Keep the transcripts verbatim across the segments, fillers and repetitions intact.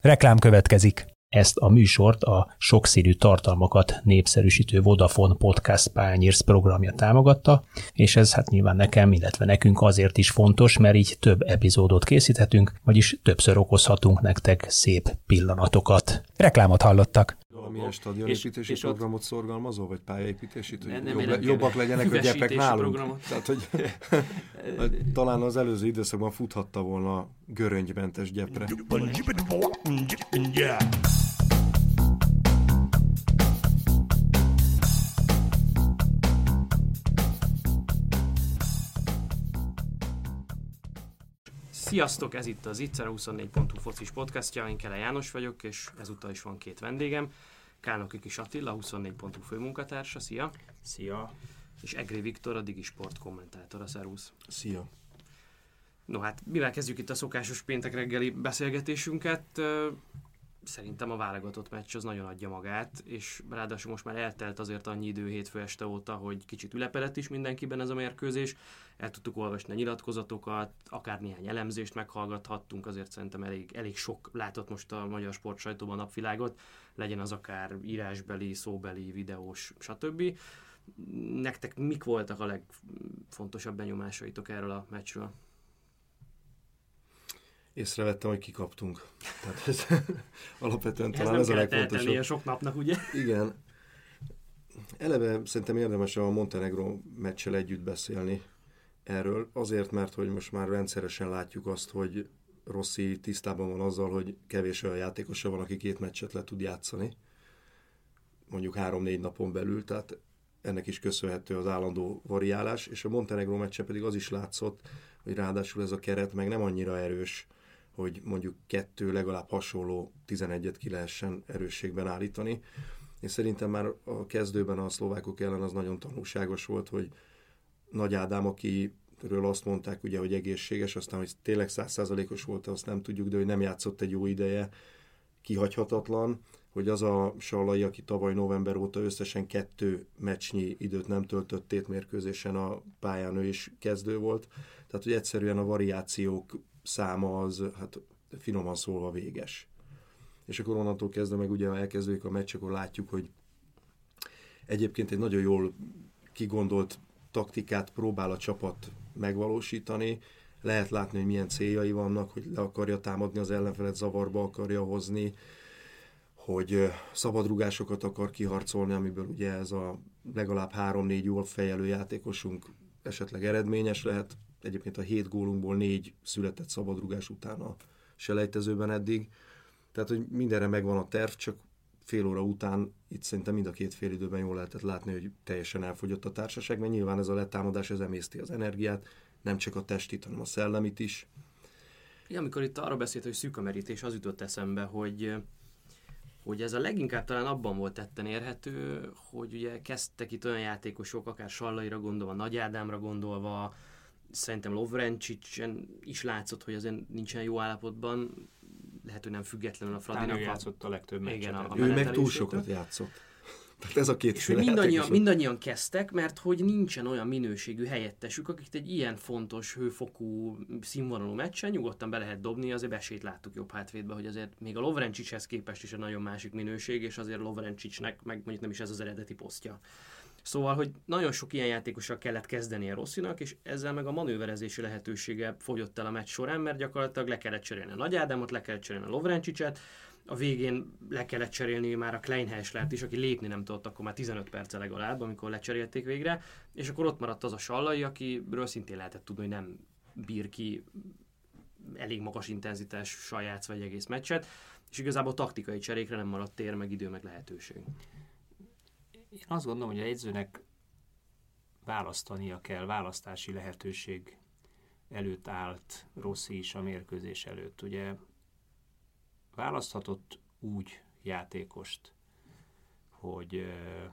Reklám következik. Ezt a műsort a sokszínű tartalmakat népszerűsítő Vodafone Podcast Pioneers programja támogatta, és ez hát nyilván nekem, illetve nekünk azért is fontos, mert így több epizódot készíthetünk, vagyis többször okozhatunk nektek szép pillanatokat. Reklámot hallottak. Valamilyen stadionépítési és, és programot szorgalmazol, vagy pályaépítését, hogy nem, nem, jobb, nem, jobbak legyenek a gyepek nálunk? Programot. Tehát, hogy talán az előző időszakban futhatta volna göröngymentes gyepre. Sziasztok, ez itt az Ittszer huszonnégy pont hu focis podcastja, én Kele János vagyok, és ezúttal is van két vendégem. Kálnoki Kis Attila, huszonnégy pont hu főmunkatársa, szia! Szia! És Egri Viktor, a Digisport kommentátora, szervusz! Szia! No hát, mivel kezdjük itt a szokásos péntek reggeli beszélgetésünket? Szerintem a válogatott meccs az nagyon adja magát, és ráadásul most már eltelt azért annyi idő hétfő este óta, hogy kicsit ülepedett is mindenkiben ez a mérkőzés. El tudtuk olvasni a nyilatkozatokat, akár néhány elemzést meghallgathattunk, azért szerintem elég, elég sok látott most a magyar sportsajtóban napvilágot, legyen az akár írásbeli, szóbeli, videós, stb. Nektek mik voltak a legfontosabb benyomásaitok erről a meccsről? Észrevettem, hogy kikaptunk. Tehát ez alapvetően ez talán nem ez a kellett legfontosabb. eltennie sok napnak, ugye? Igen. Eleve szerintem érdemes a Montenegro meccsel együtt beszélni erről. Azért, mert hogy most már rendszeresen látjuk azt, hogy Rossi tisztában van azzal, hogy kevés olyan játékosa van, aki két meccset le tud játszani. Mondjuk három-négy napon belül, tehát ennek is köszönhető az állandó variálás, és a Montenegro meccse pedig az is látszott, hogy ráadásul ez a keret meg nem annyira erős, hogy mondjuk kettő legalább hasonló tizenegyet ki lehessen erősségben állítani. És szerintem már a kezdőben a szlovákok ellen az nagyon tanulságos volt, hogy Nagy Ádám, akiről azt mondták, ugye, hogy egészséges, aztán, hogy tényleg száz százalékos volt, azt nem tudjuk, de hogy nem játszott egy jó ideje, kihagyhatatlan, hogy az a Sallai, aki tavaly november óta összesen kettő meccsnyi időt nem töltött tétmérkőzésen a pályán, ő is kezdő volt. Tehát, hogy egyszerűen a variációk száma az, hát finoman szólva véges. És akkor onnantól kezdve meg ugye, ha elkezdődik a meccs, akkor látjuk, hogy egyébként egy nagyon jól kigondolt taktikát próbál a csapat megvalósítani. Lehet látni, hogy milyen céljai vannak, hogy le akarja támadni az ellenfelet, zavarba akarja hozni, hogy szabadrugásokat akar kiharcolni, amiből ugye ez a legalább három-négy jól fejelő játékosunk esetleg eredményes lehet. Egyébként a hét gólunkból négy született szabadrugás után a selejtezőben eddig. Tehát, hogy mindenre megvan a terv, csak fél óra után itt szerintem mind a két fél időben jól lehetett látni, hogy teljesen elfogyott a társaság, mert nyilván ez a letámadás, ez emészti az energiát, nem csak a testit, hanem a szellemit is. Ja, amikor itt arra beszélt, hogy szűk a merítés, az jutott eszembe, hogy hogy ez a leginkább talán abban volt tetten érhető, hogy ugye kezdtek itt olyan játékosok, akár Sallaira gondolva, Nagy Ádámra gondolva, szerintem Lovrencsicsen is látszott, hogy azért nincsen jó állapotban, lehet, hogy nem függetlenül a Fradinak. Talán ő játszott a legtöbb meccset. Igen, a, a ő meg túl sokat játszott. Tehát ez a két és mindannyian, mindannyian kezdtek, mert hogy nincsen olyan minőségű helyettesük, akik egy ilyen fontos, hőfokú, színvonalú meccsen nyugodtan be lehet dobni, azért esélyt láttuk jobb hátvédbe, hogy azért még a Lovrencsicshez képest is egy nagyon másik minőség, és azért Lovrencsicsnek meg mondjuk nem is ez az eredeti posztja. Szóval, hogy nagyon sok ilyen játékossal kellett kezdenie Rossinak, és ezzel meg a manőverezési lehetősége fogyott el a meccs során, mert gyakorlatilag le kellett cserélni a Nagy Ádámot, le kellett cserélni a Lovrencsicset, a végén le kellett cserélni már a Kleinheislert is, aki lépni nem tudott akkor már tizenöt perce legalább, amikor lecserélték végre, és akkor ott maradt az a Sallai, akiről szintén lehetett tudni, hogy nem bír ki elég magas intenzitással játszva egy egész meccset, és igazából taktikai cserékre nem maradt tér, meg idő, meg lehetőség. Én azt gondolom, hogy a edzőnek választania kell, választási lehetőség előtt állt Rossi is a mérkőzés előtt. Ugye választhatott úgy játékost, hogy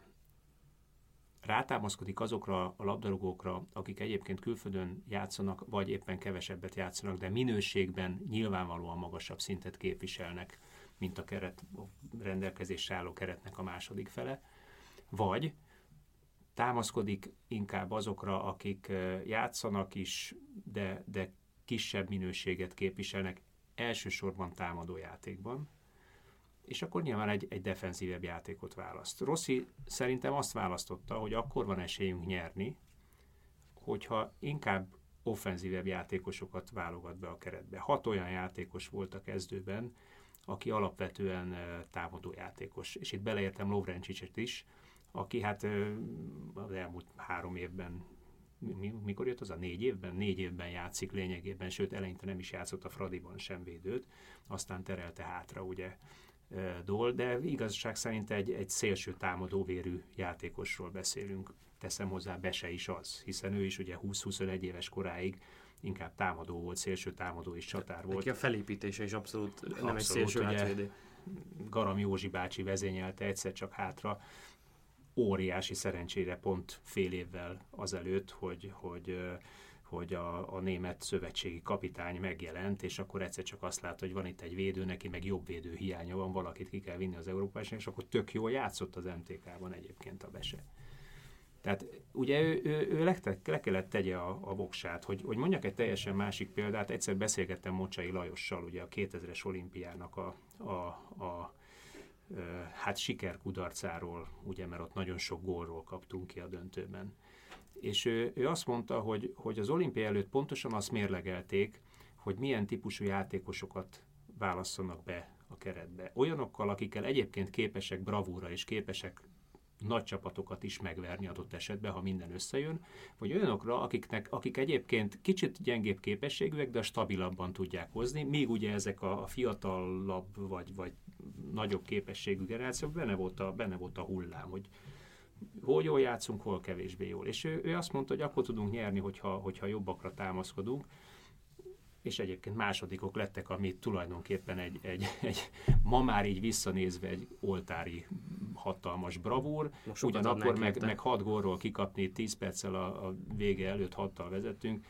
rátámaszkodik azokra a labdarúgókra, akik egyébként külföldön játszanak, vagy éppen kevesebbet játszanak, de minőségben nyilvánvalóan magasabb szintet képviselnek, mint a keret, a rendelkezésre álló keretnek a második fele, vagy támaszkodik inkább azokra, akik játszanak is, de, de kisebb minőséget képviselnek, elsősorban támadójátékban, és akkor nyilván egy, egy defenzívebb játékot választ. Rossi szerintem azt választotta, hogy akkor van esélyünk nyerni, hogyha inkább offenzívebb játékosokat válogat be a keretbe. Hat olyan játékos volt a kezdőben, aki alapvetően támadó játékos, és itt beleértem Lovrencsicset is, aki hát az elmúlt három évben, mikor jött az a négy évben? Négy évben játszik lényegében, sőt eleinte nem is játszott a Fradiban sem védőt, aztán terelte hátra ugye Dól, de igazság szerint egy, egy szélső támadóvérű játékosról beszélünk. Teszem hozzá, Bese is az, hiszen ő is ugye húsz-huszonegy éves koráig inkább támadó volt, szélső támadó és csatár volt. Neki a felépítése is abszolút, abszolút nem egy szélső hátvédő. Garam Józsi bácsi vezényelte egyszer csak hátra, óriási szerencsére pont fél évvel azelőtt, hogy, hogy, hogy a, a német szövetségi kapitány megjelent, és akkor egyszer csak azt lát, hogy van itt egy védő, neki meg jobb védő hiánya van, valakit ki kell vinni az Európai, és akkor tök jól játszott az em té ká-ban egyébként a Bese. Tehát ugye ő, ő, ő le, le kellett tegye a, a voksát, hogy, hogy mondjak egy teljesen másik példát, egyszer beszélgettem Mocsai Lajossal, ugye a kétezres olimpiának a, a, a hát sikerkudarcáról, ugye, mert ott nagyon sok gólról kaptunk ki a döntőben. És ő, ő azt mondta, hogy, hogy az olimpia előtt pontosan azt mérlegelték, hogy milyen típusú játékosokat válasszanak be a keretbe. Olyanokkal, akikkel egyébként képesek bravúra és képesek nagy csapatokat is megverni adott esetben, ha minden összejön, vagy olyanokra, akiknek, akik egyébként kicsit gyengébb képességűek, de stabilabban tudják hozni, míg ugye ezek a, a fiatalabb vagy, vagy nagyobb képességű generációk, benne volt a, benne volt a hullám, hogy hol jól játszunk, hol kevésbé jól. És ő, ő azt mondta, hogy akkor tudunk nyerni, hogyha, hogyha jobbakra támaszkodunk, és egyébként másodikok lettek, ami tulajdonképpen egy, egy, egy ma már így visszanézve egy oltári hatalmas bravúr, ugyanakkor meg, meg hat gólról kikapni tíz perccel a, a vége előtt hattal vezettünk,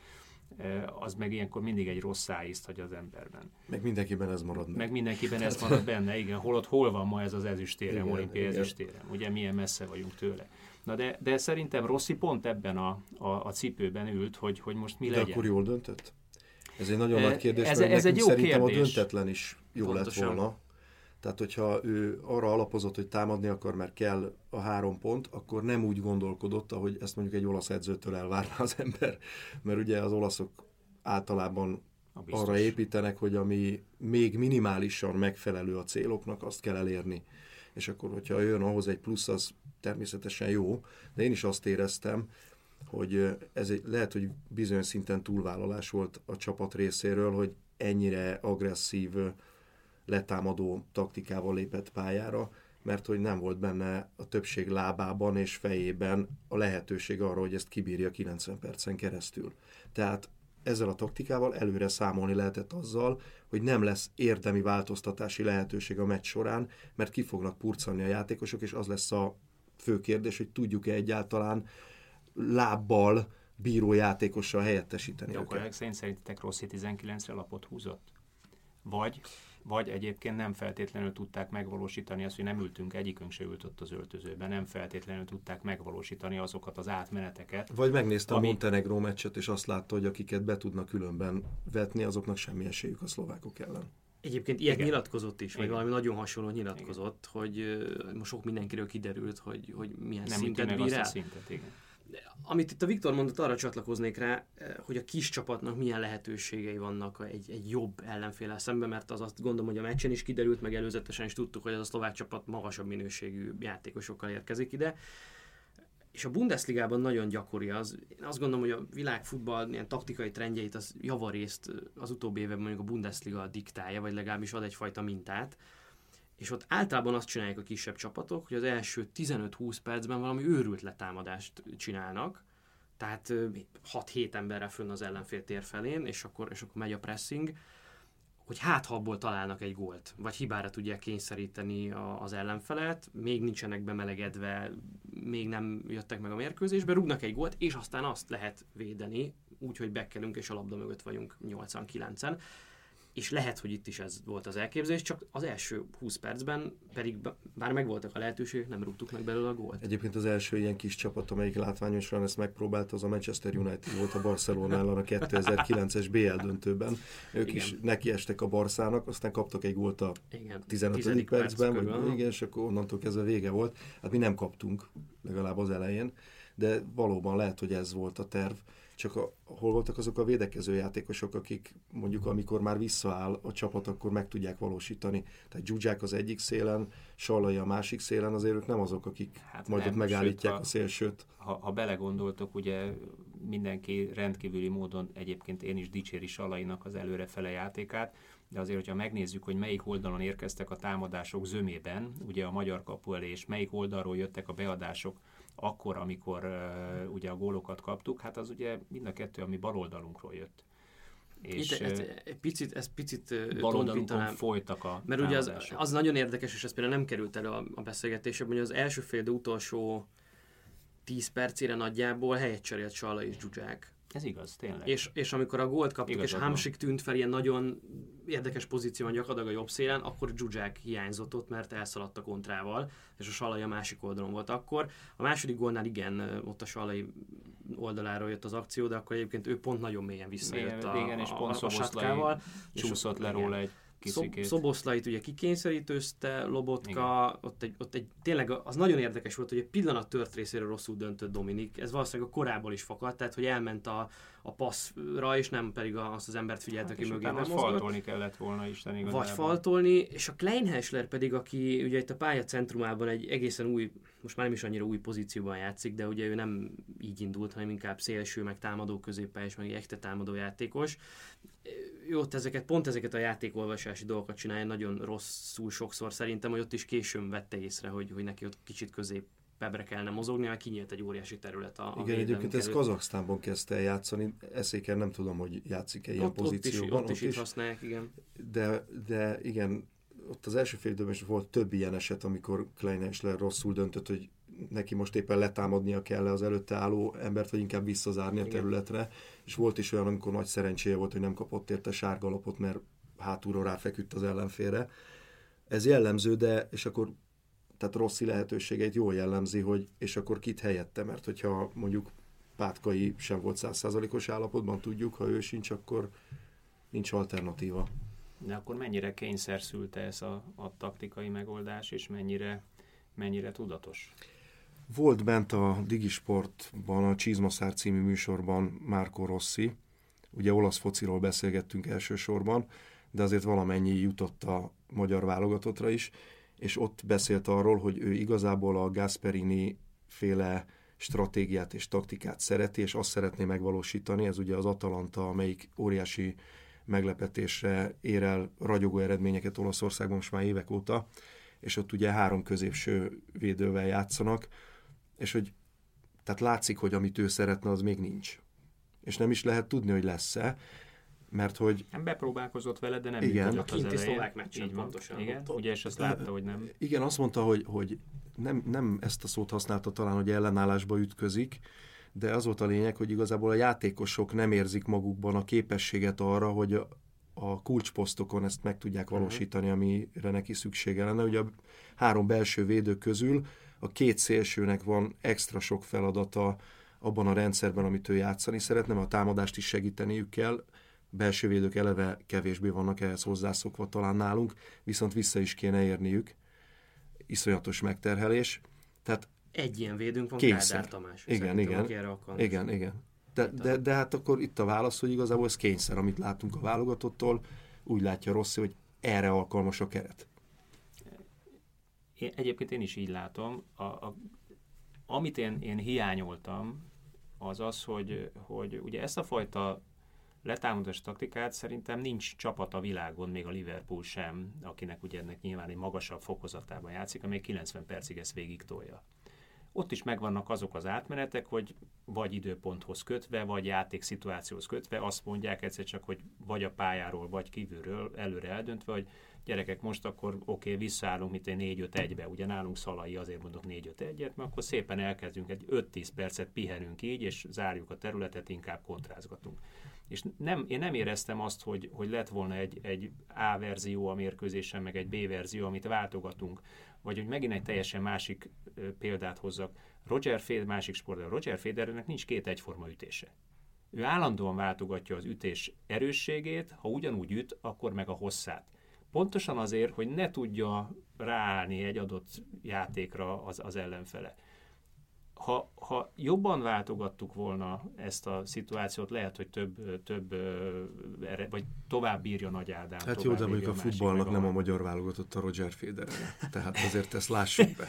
az meg ilyenkor mindig egy rossz szájízt hagy az emberben. Meg mindenkiben ez marad meg. Meg mindenkiben ez marad benne, igen. Holott hol van ma ez az ezüstérem, olimpiai ezüstérem, ugye milyen messze vagyunk tőle. Na de, de szerintem Rossi pont ebben a, a, a cipőben ült, hogy, hogy most mi de legyen. De akkor jól döntött? Ez egy nagyon e, nagy kérdés, ez, mert ez egy jó szerintem kérdés. A döntetlen is jó Pontosan. lett volna. Tehát, hogyha ő arra alapozott, hogy támadni akar, mert kell a három pont, akkor nem úgy gondolkodott, ahogy ezt mondjuk egy olasz edzőtől elvárná az ember. Mert ugye az olaszok általában arra építenek, hogy ami még minimálisan megfelelő a céloknak, azt kell elérni. És akkor, hogyha jön ahhoz egy plusz, az természetesen jó. De én is azt éreztem, hogy ez egy, lehet, hogy bizonyos szinten túlvállalás volt a csapat részéről, hogy ennyire agresszív, letámadó taktikával lépett pályára, mert hogy nem volt benne a többség lábában és fejében a lehetőség arra, hogy ezt kibírja kilencven percen keresztül. Tehát ezzel a taktikával előre számolni lehetett azzal, hogy nem lesz érdemi változtatási lehetőség a meccs során, mert ki fognak purcani a játékosok, és az lesz a fő kérdés, hogy tudjuk-e egyáltalán lábbal bíró játékossal helyettesíteni. De akkor szerint szerintetek Rossi tizenkilencre lapot húzott? Vagy, vagy egyébként nem feltétlenül tudták megvalósítani azt, hogy nem ültünk, egyikünk se ült ott az öltözőben, nem feltétlenül tudták megvalósítani azokat az átmeneteket. Vagy megnézte ami... a Montenegró meccset, és azt látta, hogy akiket be tudnak különben vetni, azoknak semmi esélyük a szlovákok ellen. Egyébként ilyet Igen. nyilatkozott is, vagy Igen. valami nagyon hasonló nyilatkozott, Igen. hogy uh, most sok mindenkiről kiderült, hogy, hogy milyen nem szintet bír el. Szintet, igen. Amit itt a Viktor mondott, arra csatlakoznék rá, hogy a kis csapatnak milyen lehetőségei vannak egy, egy jobb ellenféllel szemben, mert az azt gondolom, hogy a meccsen is kiderült, meg előzetesen is tudtuk, hogy ez a szlovák csapat magasabb minőségű játékosokkal érkezik ide. És a Bundesligában nagyon gyakori az. Én azt gondolom, hogy a világfutball ilyen taktikai trendjeit az javarészt az utóbbi években mondjuk a Bundesliga diktálja, vagy legalábbis ad egyfajta mintát. És ott általában azt csinálják a kisebb csapatok, hogy az első tizenöt-húsz percben valami őrült letámadást csinálnak, tehát hat-hét emberrel fönn az ellenfél tér felén, és akkor, és akkor megy a pressing, hogy hát ha abból találnak egy gólt, vagy hibára tudják kényszeríteni a, az ellenfelet, még nincsenek bemelegedve, még nem jöttek meg a mérkőzésbe, rúgnak egy gólt, és aztán azt lehet védeni, úgyhogy bekkelünk, és a labda mögött vagyunk nyolcan-kilencen. és lehet, hogy itt is ez volt az elképzelés, csak az első húsz percben pedig bár megvoltak a lehetőségek, nem rúgtuk meg belőle a gólt. Egyébként az első ilyen kis csapat, amelyik látványosan ezt megpróbálta, az a Manchester United volt a Barcelonával a kétezer-kilences bé el döntőben. Ők igen. is nekiestek a Barszának, aztán kaptak egy gólt a igen. tizenötödik percben, perc vagy, igen, és akkor onnantól kezdve vége volt. Hát mi nem kaptunk, legalább az elején, de valóban lehet, hogy ez volt a terv. Csak a, hol voltak azok a védekező játékosok, akik mondjuk amikor már visszaáll a csapat, akkor meg tudják valósítani. Tehát Zsuzsák az egyik szélen, Sallai a másik szélen, azért ők nem azok, akik hát majd nem, ott megállítják sőt, a szélsőt. Ha, ha belegondoltok, ugye mindenki rendkívüli módon, egyébként én is dicséri Sallainak az előrefele játékát, de azért, hogyha megnézzük, hogy melyik oldalon érkeztek a támadások zömében, ugye a magyar kapu elé, és melyik oldalról jöttek a beadások, akkor, amikor uh, ugye a gólokat kaptuk, hát az ugye mind a kettő, ami bal oldalunkról jött. És Itt, ez, egy picit, ez picit bal oldalunkon folytak a mert ugye az, az nagyon érdekes, és ez például nem került elő a, a beszélgetésében, hogy az első fél, de utolsó tíz percére nagyjából helyet cserélt Sallai és Zsuzsák. Ez igaz, tényleg. És, és amikor a gólt kaptuk, Igazad és Hamsik tűnt fel ilyen nagyon érdekes pozícióban gyakorlatilag a jobb szélen, akkor Zsuzsák hiányzott ott, mert elszaladt a kontrával, és a Sallai a másik oldalon volt akkor. A második gólnál igen, ott a Sallai oldaláról jött az akció, de akkor egyébként ő pont nagyon mélyen visszajött a, igen, és pont a, a satkával. Csúszott le róla egy kicsikét. Szoboszlait ugye kikényszerítőzte, Lobotka, ott egy, ott egy, tényleg az nagyon érdekes volt, hogy egy pillanat tört részéről rosszul döntött Dominik, ez valószínűleg a korából is fakadt, tehát hogy elment a, a passzra, és nem pedig azt az embert figyelt, hát aki mögé nem mozgott. Faltolni kellett volna Isten igazából. Vagy faltolni, és a Kleinhäsler pedig, aki ugye itt a pálya centrumában egy egészen új, most már nem is annyira új pozícióban játszik, de ugye ő nem így indult, hanem inkább szélső, meg támadó középpályás, meg egy echte támadó játékos. Ő ott ezeket, pont ezeket a játékolvasási dolgokat csinálja nagyon rosszul sokszor szerintem, hogy ott is későn vette észre, hogy, hogy neki ott kicsit középebbre kellene mozogni, mert kinyílt egy óriási terület a, a igen, egyébként ez Kazaksztánban kezdte el játszani, eszéken nem tudom, hogy játszik-e ilyen ott, pozícióban. Ott is, ott is, ott is használják, igen. De, de igen, ott az első fél időben is volt több ilyen eset, amikor Kleinhäsler rosszul döntött, hogy neki most éppen letámadnia kell az előtte álló embert, vagy inkább visszazárni a területre. És volt is olyan, amikor nagy szerencséje volt, hogy nem kapott érte sárga lapot, mert hátulról ráfeküdt az ellenfélre. Ez jellemző, de és akkor tehát Rossi lehetőségeit jól jellemzi, hogy és akkor kit helyette, mert hogyha mondjuk Pátkai sem volt száz százalékos állapotban, tudjuk, ha ő sincs, akkor nincs alternatíva. De akkor mennyire kényszerszülte ez a, a taktikai megoldás, és mennyire, mennyire tudatos? Volt bent a Digisportban, a Csizmaszár című műsorban Marco Rossi, ugye olasz fociról beszélgettünk elsősorban, de azért valamennyi jutott a magyar válogatottra is, és ott beszélt arról, hogy ő igazából a Gasperini féle stratégiát és taktikát szereti, és azt szeretné megvalósítani, ez ugye az Atalanta, amelyik óriási meglepetésre ér el ragyogó eredményeket Olaszországban most már évek óta, és ott ugye három középső védővel játszanak, és hogy tehát látszik, hogy amit ő szeretne, az még nincs. És nem is lehet tudni, hogy lesz-e, mert hogy... Nem bepróbálkozott vele, de nem igen, működött az elején. A kinti szlovák meccsen pontosan. Igen, ugye, és azt látta, hogy nem... Igen, azt mondta, hogy, hogy nem, nem ezt a szót használta talán, hogy ellenállásba ütközik, de az volt a lényeg, hogy igazából a játékosok nem érzik magukban a képességet arra, hogy a, a kulcsposztokon ezt meg tudják valósítani, amire neki szüksége lenne. Ugye a három belső védő közül a két szélsőnek van extra sok feladata abban a rendszerben, amit ő játszani szeretne, mert a támadást is segíteniük kell. Belső védők eleve kevésbé vannak ehhez hozzászokva talán nálunk, viszont vissza is kéne érniük. Iszonyatos megterhelés. Tehát egy ilyen védőnk van, kényszer. Kádár Tamás. Igen, igen. Igen, igen. De, de, de hát akkor itt a válasz, hogy igazából ez kényszer, amit látunk a válogatottól, úgy látja Rossi, hogy erre alkalmas a keret. Én, egyébként én is így látom. A, a, amit én, én hiányoltam, az az, hogy, hogy ugye ezt a fajta letámadás taktikát szerintem nincs csapat a világon, még a Liverpool sem, akinek ugye ennek nyilván egy magasabb fokozatában játszik, amely kilencven percig ezt végig tolja. Ott is megvannak azok az átmenetek, hogy vagy időponthoz kötve, vagy játékszituációhoz kötve, azt mondják egyszer csak, hogy vagy a pályáról, vagy kívülről előre eldöntve, hogy gyerekek, most akkor oké, okay, visszaállunk, mint egy négy-öt egybe, ugye nálunk Szalai, azért mondok négy-öt egyet, mert akkor szépen elkezdünk, egy öt-tíz percet pihenünk így, és zárjuk a területet, inkább kontrázgatunk. És nem, én nem éreztem azt, hogy, hogy lett volna egy, egy A verzió a mérkőzésen, meg egy B verzió, amit váltogatunk, vagy hogy megint egy teljesen másik ö, példát hozzak. Roger Federer, másik sportoló, Roger Federernek nincs két egyforma ütése. Ő állandóan váltogatja az ütés erősségét, ha ugyanúgy üt, akkor meg a hosszát. Pontosan azért, hogy ne tudja ráállni egy adott játékra az, az ellenfele. Ha, ha jobban váltogattuk volna ezt a szituációt, lehet, hogy több, több vagy tovább bírja Nagy Ádám. Hát jó, de mondjuk a futballnak nem a magyar válogatott a Roger Federer. Tehát azért ezt lássuk be.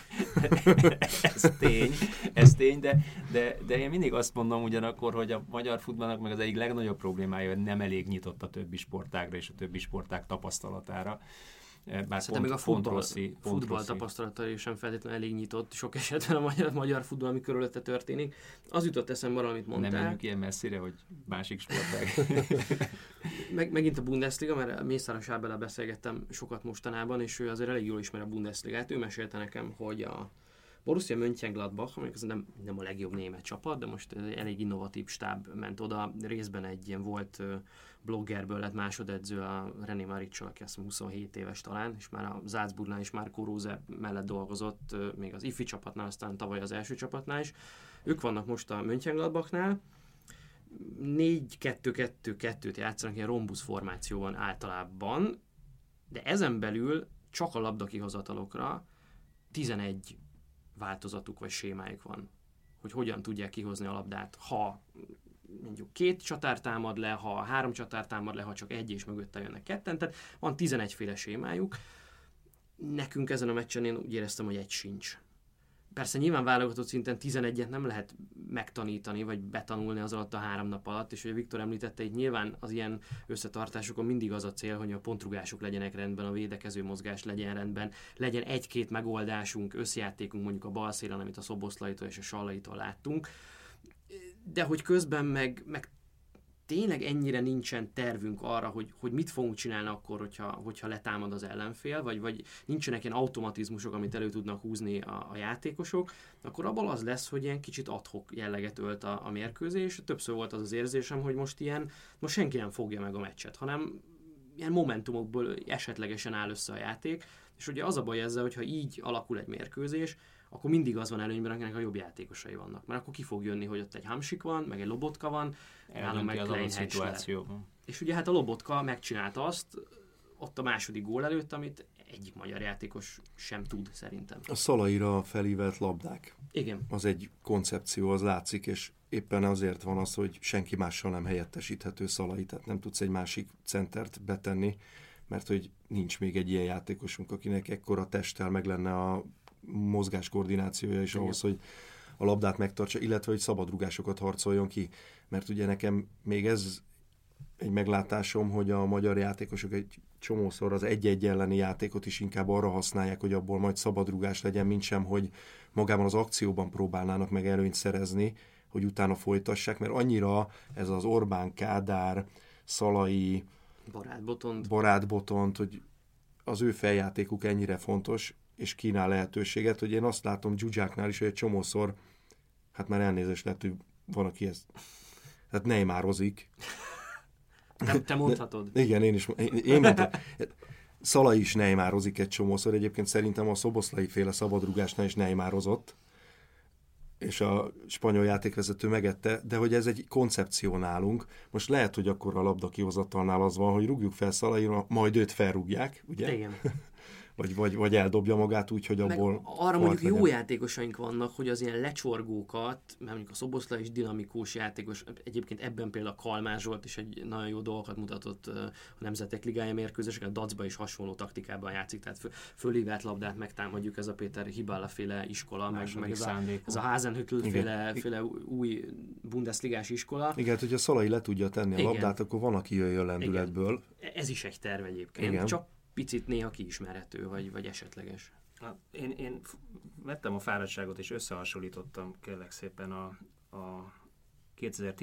ez tény, ez tény, de, de, de én mindig azt mondom ugyanakkor, hogy a magyar futballnak meg az egyik legnagyobb problémája, hogy nem elég nyitott a többi sportágra és a többi sportág tapasztalatára. Bár Szerintem még a futball, rossi, futball tapasztalatai sem feltétlenül elég nyitott, sok esetben a magyar, magyar futball, ami körülötte történik. Az jutott eszembe arra, amit mondtál. Nem menjünk ilyen messzire, hogy másik sportág. Meg, megint a Bundesliga, mert Mészáros Ábellel beszélgettem sokat mostanában, és ő azért elég jól ismeri a Bundesligát. Ő mesélte nekem, hogy a Borussia Mönchengladbach, amelyik az nem, nem a legjobb német csapat, de most elég innovatív stáb ment oda. Részben egy ilyen volt bloggerből lett másodedző a René Maricsal, aki azt mondja huszonhét éves talán, és már a Salzburgnál is Marco Rose mellett dolgozott, még az ifi csapatnál, aztán tavaly az első csapatnál is. Ők vannak most a Mönchengladbachnál, négy kettő kettő kettőt játszanak ilyen rombusz formációban általában, de ezen belül csak a labdakihozatalokra tizenegy változatuk vagy sémájuk van, hogy hogyan tudják kihozni a labdát, ha mondjuk két csatár támad le, ha három csatár támad le, ha csak egy és mögötte jönnek ketten, tehát van tizenegy féle sémájuk. Nekünk ezen a meccsen én úgy éreztem, hogy egy sincs. Persze nyilván válogatott szinten tizenegyet nem lehet megtanítani, vagy betanulni az alatt a három nap alatt, és hogy Viktor említette, hogy nyilván az ilyen összetartásokon mindig az a cél, hogy a pontrugások legyenek rendben, a védekező mozgás legyen rendben, legyen egy-két megoldásunk, összjátékunk mondjuk a bal szélen, amit a Szoboszlaitól és a Sallaitól láttunk, de hogy közben meg, meg tényleg ennyire nincsen tervünk arra, hogy, hogy mit fogunk csinálni akkor, hogyha, hogyha letámad az ellenfél, vagy, vagy nincsenek ilyen automatizmusok, amit elő tudnak húzni a, a játékosok, akkor abból az lesz, hogy ilyen kicsit ad-hoc jelleget ölt a, a mérkőzés. Többször volt az az érzésem, hogy most ilyen, most senki nem fogja meg a meccset, hanem ilyen momentumokból esetlegesen áll össze a játék, és ugye az a baj ezzel, hogyha így alakul egy mérkőzés, akkor mindig az van előnyben, akinek a jobb játékosai vannak. Mert akkor ki fog jönni, hogy ott egy Hamsik van, meg egy Lobotka van, nálam meg Klein szituációban. És ugye hát a Lobotka megcsinálta azt ott a második gól előtt, amit egyik magyar játékos sem tud szerintem. A Szalaira felívelt labdák. Igen. Az egy koncepció, az látszik, és éppen azért van az, hogy senki mással nem helyettesíthető Szalai, tehát nem tudsz egy másik centert betenni, mert hogy nincs még egy ilyen játékosunk, akinek ekkora testtel meg lenne a mozgás koordinációja is ahhoz, hogy a labdát megtartsa, illetve hogy szabadrugásokat harcoljon ki. Mert ugye nekem még ez egy meglátásom, hogy a magyar játékosok egy csomószor az egy-egy elleni játékot is inkább arra használják, hogy abból majd szabadrugás legyen, mint sem, hogy magában az akcióban próbálnának meg előnyt szerezni, hogy utána folytassák, mert annyira ez az Orbán, Kádár, Szalai, Barátbotont, Barátbotont, hogy az ő feljátékuk ennyire fontos, és kínál lehetőséget, hogy én azt látom Zsuzsáknál is, hogy egy csomószor, hát már elnézést lett, hogy van, aki ezt, hát neymarozik. Te, te mondhatod. De, igen, én is, én, én mondtam. Szalai is neymarozik egy csomószor, egyébként szerintem a Szoboszlai féle szabadrugásnál is neymarozott, és a spanyol játékvezető megette, de hogy ez egy koncepció nálunk. Most lehet, hogy akkor a labda kihozatalnál az van, hogy rúgjuk fel Szalaira, majd őt felrúgják, ugye? Igen. Vagy, vagy, vagy eldobja magát úgy, hogy abból... Meg arra mondjuk legyen. Jó játékosaink vannak, hogy az ilyen lecsorgókat, mert mondjuk a Szoboszlai is dinamikus játékos, egyébként ebben például a Kalmár Zsolt is egy nagyon jó dolgokat mutatott a Nemzetek Ligája mérkőzéseken, a dacba is hasonló taktikában játszik, tehát föl, fölívelt labdát megtámadjuk, ez a Péter Hiballa féle iskola, meg, meg ez, a, ez a Hasenhüttl féle, féle új Bundesligás iskola. Igen, hogyha Szalai le tudja tenni a Igen. labdát, akkor van, aki jöjjön lendületből. Igen. Ez is egy terv egyébként, Igen. csak picit néha kiismerhető, vagy, vagy esetleges. Én, én vettem a fáradtságot, és összehasonlítottam kérlek szépen a, a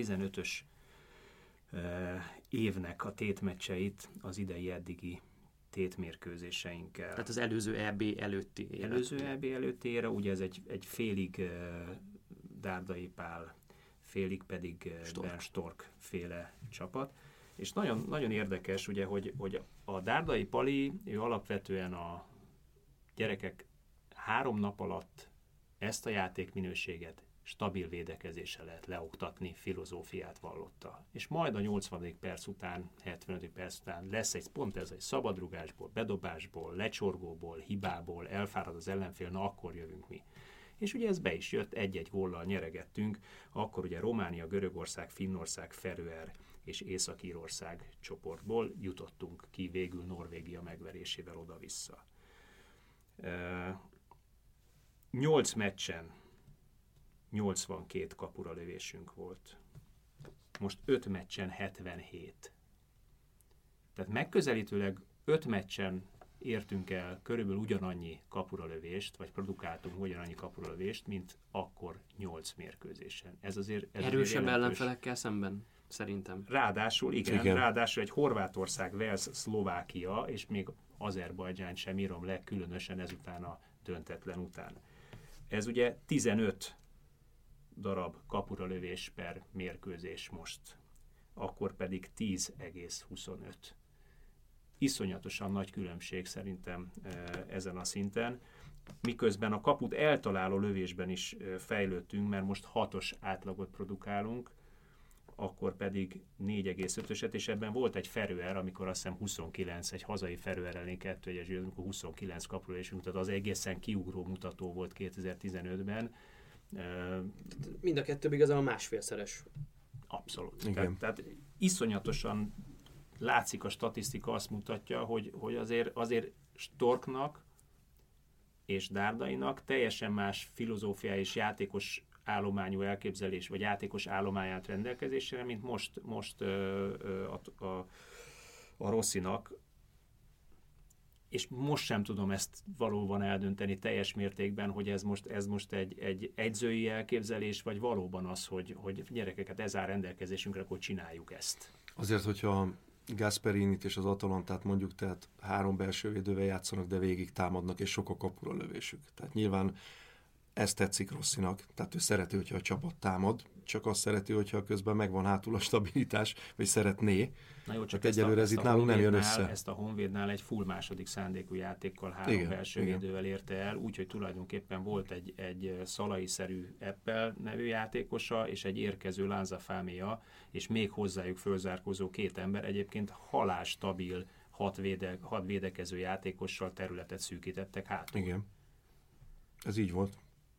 kétezer-tizenötös eh, évnek a tétmeccseit az idei eddigi tétmérkőzéseinkkel. Tehát az előző é bé előtti élet. Előző é bé előtti éra, ugye ez egy, egy félig uh, Dárdai Pál, félig pedig uh, Stork. Ben Stork féle csapat. És nagyon, nagyon érdekes, ugye, hogy, hogy a Dárdai Pali, ő alapvetően a gyerekek három nap alatt ezt a játékminőséget stabil védekezéssel lehet leoktatni, filozófiát vallotta. És majd a nyolcvanadik perc után, hetvenedik perc után lesz egy pont ez, egy szabadrugásból, bedobásból, lecsorgóból, hibából, elfárad az ellenfél, na akkor jövünk mi. És ugye ez be is jött, egy-egy góllal nyeregettünk, akkor ugye Románia, Görögország, Finnország, Feröer és Észak-Írország csoportból jutottunk ki végül Norvégia megverésével oda-vissza. Nyolc meccsen nyolcvankét kapura lövésünk volt. Most öt meccsen hetvenhét. Tehát megközelítőleg öt meccsen értünk el körülbelül ugyanannyi kapura lövést, vagy produkáltunk ugyanannyi kapura lövést, mint akkor nyolc mérkőzésen. Ez azért ez erősebb azért ellenfelekkel szemben, szerintem. Ráadásul, igen, igen, ráadásul egy Horvátország, Wales, Szlovákia, és még Azerbajdzsán sem írom le, különösen ezután a döntetlen után. Ez ugye tizenöt darab kapura lövés per mérkőzés most, akkor pedig tíz egész huszonöt. Iszonyatosan nagy különbség szerintem ezen a szinten, miközben a kaput eltaláló lövésben is fejlődtünk, mert most hatos átlagot produkálunk, akkor pedig négy egész ötöset, és ebben volt egy Feröer, amikor azt hiszem huszonkilenc, egy hazai Feröer elleni kettő egyes, amikor huszonkilenc kapulövésünk, tehát az egészen kiugró mutató volt kétezer-tizenötben. Mind a kettő igazából másfélszeres. Abszolút. Tehát, tehát iszonyatosan látszik a statisztika, azt mutatja, hogy, hogy azért, azért Storknak és Dárdainak teljesen más filozófia és játékos állományú elképzelés, vagy játékos állományát rendelkezésére, mint most, most ö, ö, a, a, a Rossinak. És most sem tudom ezt valóban eldönteni teljes mértékben, hogy ez most, ez most egy, egy edzői elképzelés, vagy valóban az, hogy, hogy gyerekeket ez áll rendelkezésünkre, akkor csináljuk ezt. Azért, hogyha Gasperinit és az Atalantát mondjuk, tehát három belső védővel játszanak, de végig támadnak, és sok a kapura lövésük. Tehát nyilván ez tetszik Rossinak, tehát ő szereti, hogyha a csapat támad, csak azt szereti, hogyha közben megvan hátul a stabilitás, vagy szeretné. Na jó, csak hát egyelőre ez itt nálunk nem jön össze. Ezt a Honvédnál egy full második szándékú játékkal három igen, belső igen. védővel érte el, úgyhogy tulajdonképpen volt egy, egy Szalai-szerű Eppel nevű játékosa, és egy érkező Lanza Fáméja, és még hozzájuk fölzárkózó két ember, egyébként halálstabil hat, véde, hat védekező játékossal területet szűkítettek hátul. Igen, ez így volt.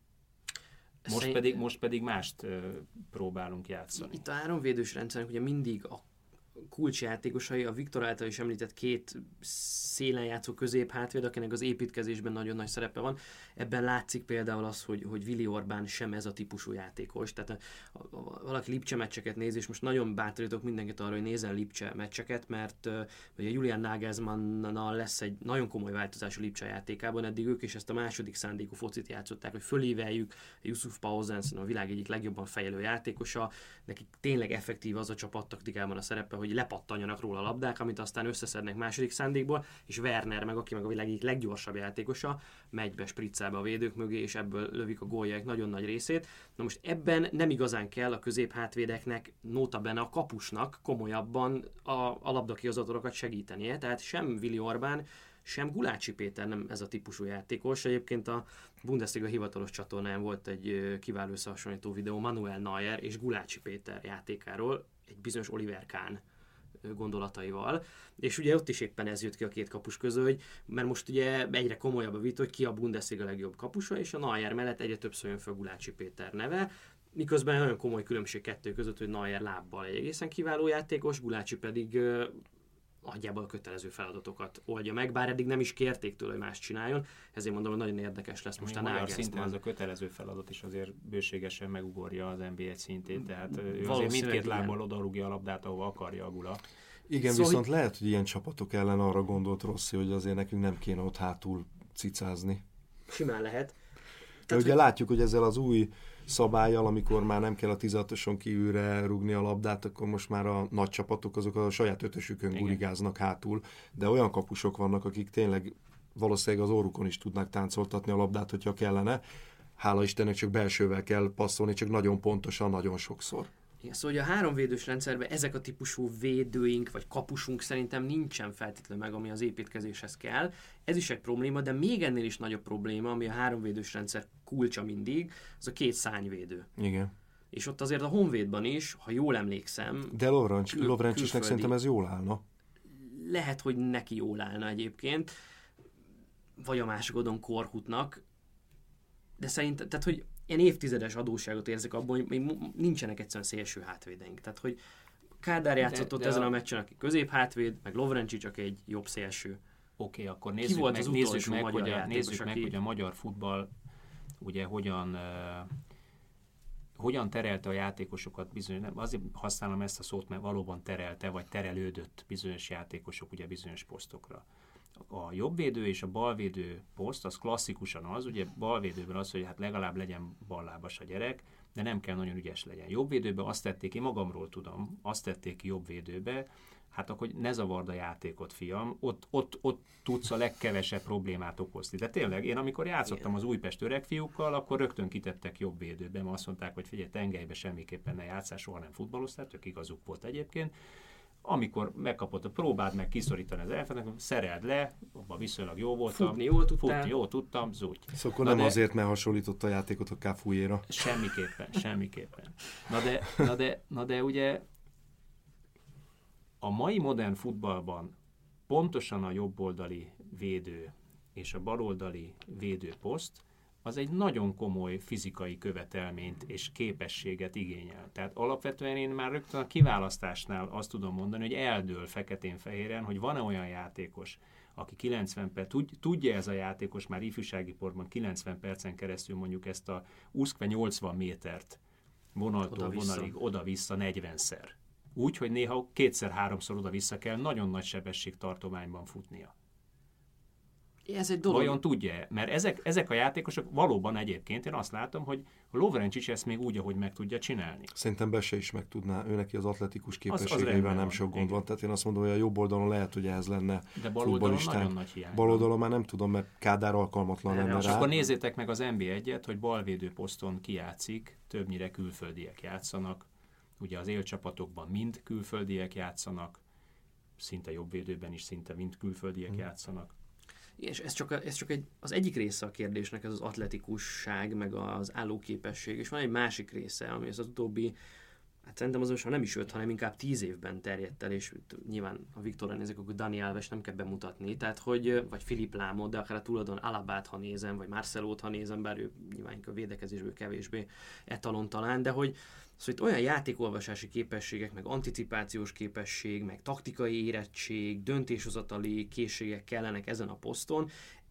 Most, Szerint... pedig, most pedig mást uh, próbálunk játszani. Itt a háromvédős rendszernek ugye mindig a kulcsjátékosai, a Viktor által is említett két szélen játszó közép-hátvéd, akinek az építkezésben nagyon nagy szerepe van. Ebben látszik például az, hogy, hogy Willi Orbán sem ez a típusú játékos. Tehát a, a, a, valaki Lipcse meccseket néz, és most nagyon bátorítok mindenkit arra, hogy nézzen Lipcse meccseket, mert uh, ugye Julian Nagelsmannnal lesz egy nagyon komoly változás a Lipcse játékában. Eddig ők is ezt a második szándékú focit játszották, hogy fölíveljük Yusuf Pausensen, a világ egyik legjobban fejlő játékosa. Nekik tényleg effektív az a csapattaktikában a szerepe, hogy lepattanjanak róla a labdák, amit aztán összeszednek második szándékból, és Werner meg, aki meg a világ egyik leggyorsabb játékosa, megy be spriccelbe a védők mögé, és ebből lövik a góljaik nagyon nagy részét. Na most ebben nem igazán kell a középhátvédeknek, nota bene a kapusnak komolyabban a, a labdakihozatalokat segítenie, tehát sem Willi Orbán, sem Gulácsi Péter nem ez a típusú játékos. Egyébként a Bundesliga hivatalos csatornán volt egy kiváló összehasonlító videó Manuel Neuer és Gulácsi Péter játékáról, egy bizonyos Oliver Kahn gondolataival, és ugye ott is éppen ez jött ki a két kapus közül, hogy, mert most ugye egyre komolyabb a vita, hogy ki a Bundesliga legjobb kapusa, és a Neuer mellett egyre többször jön fel Gulácsi Péter neve, miközben nagyon komoly különbség kettő között, hogy Neuer lábbal egy egészen kiváló játékos, Gulácsi pedig uh, nagyjából a kötelező feladatokat oldja meg, bár eddig nem is kérték tőle, hogy más csináljon, ezért mondom, hogy nagyon érdekes lesz most a Nagelsmann. Ez a kötelező feladat is azért bőségesen megugorja az en bé egy szintét, tehát ő azért mindkét lábbal odarúgja a labdát, ahova akarja a Gula. Igen, szóval viszont hogy... lehet, hogy ilyen csapatok ellen arra gondolt Rossi, hogy azért nekünk nem kéne ott hátul cicázni. Simán lehet. De ugye hogy... látjuk, hogy ezzel az új szabállyal, amikor már nem kell a tizenhatoson kívülre rúgni a labdát, akkor most már a nagy csapatok azok a saját ötösükön gurigáznak hátul, de olyan kapusok vannak, akik tényleg valószínűleg az orrukon is tudnak táncoltatni a labdát, hogyha kellene. Hála Istennek csak belsővel kell passzolni, csak nagyon pontosan, nagyon sokszor. Igen, szóval a háromvédős rendszerben ezek a típusú védőink, vagy kapusunk szerintem nincsen feltétlenül meg, ami az építkezéshez kell. Ez is egy probléma, de még ennél is nagyobb probléma, ami a háromvédős rendszer kulcsa mindig, az a két szárnyvédő. Igen. És ott azért a Honvédban is, ha jól emlékszem... De Lovrencsisnek szerintem ez jól állna. Lehet, hogy neki jól állna egyébként, vagy a másikodon Korhutnak, de szerintem, tehát hogy én évtizedes adósságot érzek abban, hogy még nincsenek egyszerűen szélső hátvédeink. Tehát, hogy Kádár játszott de, ott de ezen a... a meccsen, aki középhátvéd, meg Lovrencsi csak egy jobb szélső. Oké, okay, akkor nézzük meg, az nézzük meg, hogy a, nézzük aki... meg, hogy a magyar futball ugye hogyan, uh, hogyan terelte a játékosokat bizonyos, nem, azért használom ezt a szót, mert valóban terelte, vagy terelődött bizonyos játékosok ugye bizonyos posztokra. A jobbvédő és a balvédő poszt, az klasszikusan az, ugye balvédőben az, hogy hát legalább legyen ballábas a gyerek, de nem kell nagyon ügyes legyen. Jobbvédőben azt tették, én magamról tudom, azt tették ki jobbvédőbe, hát akkor ne zavard a játékot, fiam, ott, ott, ott tudsz a legkevesebb problémát okozni. De tényleg, én amikor játszottam az Újpest öregfiúkkal, akkor rögtön kitettek jobbvédőbe, mert azt mondták, hogy figyelj, tengelybe semmiképpen ne játszál, soha nem futballoztál, tök igazuk volt egyébként. Amikor megkapott a próbád, meg kiszorítani az elfednek, szereld le, abban viszonylag jó voltam. Futni jól tudtál. Futni jól tudtam, zúgy. Szóval nem de, azért, mert hasonlított a játékot a Cafújéra. Semmiképpen, semmiképpen. Na de, na, de, na de ugye a mai modern futballban pontosan a jobboldali védő és a baloldali védőposzt az egy nagyon komoly fizikai követelményt és képességet igényel. Tehát alapvetően én már rögtön a kiválasztásnál azt tudom mondani, hogy eldől feketén-fehéren, hogy van-e olyan játékos, aki kilencven perc, tudja ez a játékos már ifjúsági porban kilencven percen keresztül mondjuk ezt a úszkve nyolcvan métert vonaltól oda-vissza. vonalig oda-vissza negyvenszer. Úgy, hogy néha kétszer-háromszor oda-vissza kell nagyon nagy sebességtartományban futnia. Ez egy dolog. Vajon tudja? Mert ezek, ezek a játékosok valóban egyébként, én azt látom, hogy a Lovrencsics ezt még úgy, ahogy meg tudja csinálni. Szerintem Besse is meg tudná, ő neki az atletikus képességeivel nem sok gond van, tehát én azt mondom, hogy a jobb oldalon lehet, hogy ez lenne de bal oldalon nagyon nagy hiány. Bal oldalon már nem tudom, mert Kádár alkalmatlan lenne rá. Akkor nézzétek meg az en bé egyet, hogy balvédő poszton kijátszik, többnyire külföldiek játszanak, ugye az élcsapatokban mind külföldiek játszanak, szinte jobbvédőben is szinte mind külföldiek hmm. játszanak. És ez csak, a, ez csak egy, az egyik része a kérdésnek, ez az atletikusság, meg az állóképesség, és van egy másik része, ami az, az utóbbi, hát szerintem az most nem is öt, hanem inkább tíz évben terjedt el, és nyilván a Viktorra nézek, akkor Dani Alves nem kell bemutatni, tehát hogy, vagy Filip Lámot, de akár a túladon Alabát, ha nézem, vagy Marcelót, ha nézem, bár ő nyilván a védekezésből kevésbé etalon talán, de hogy szóval itt olyan játékolvasási képességek, meg anticipációs képesség, meg taktikai érettség, döntéshozatali készségek kellenek ezen a poszton.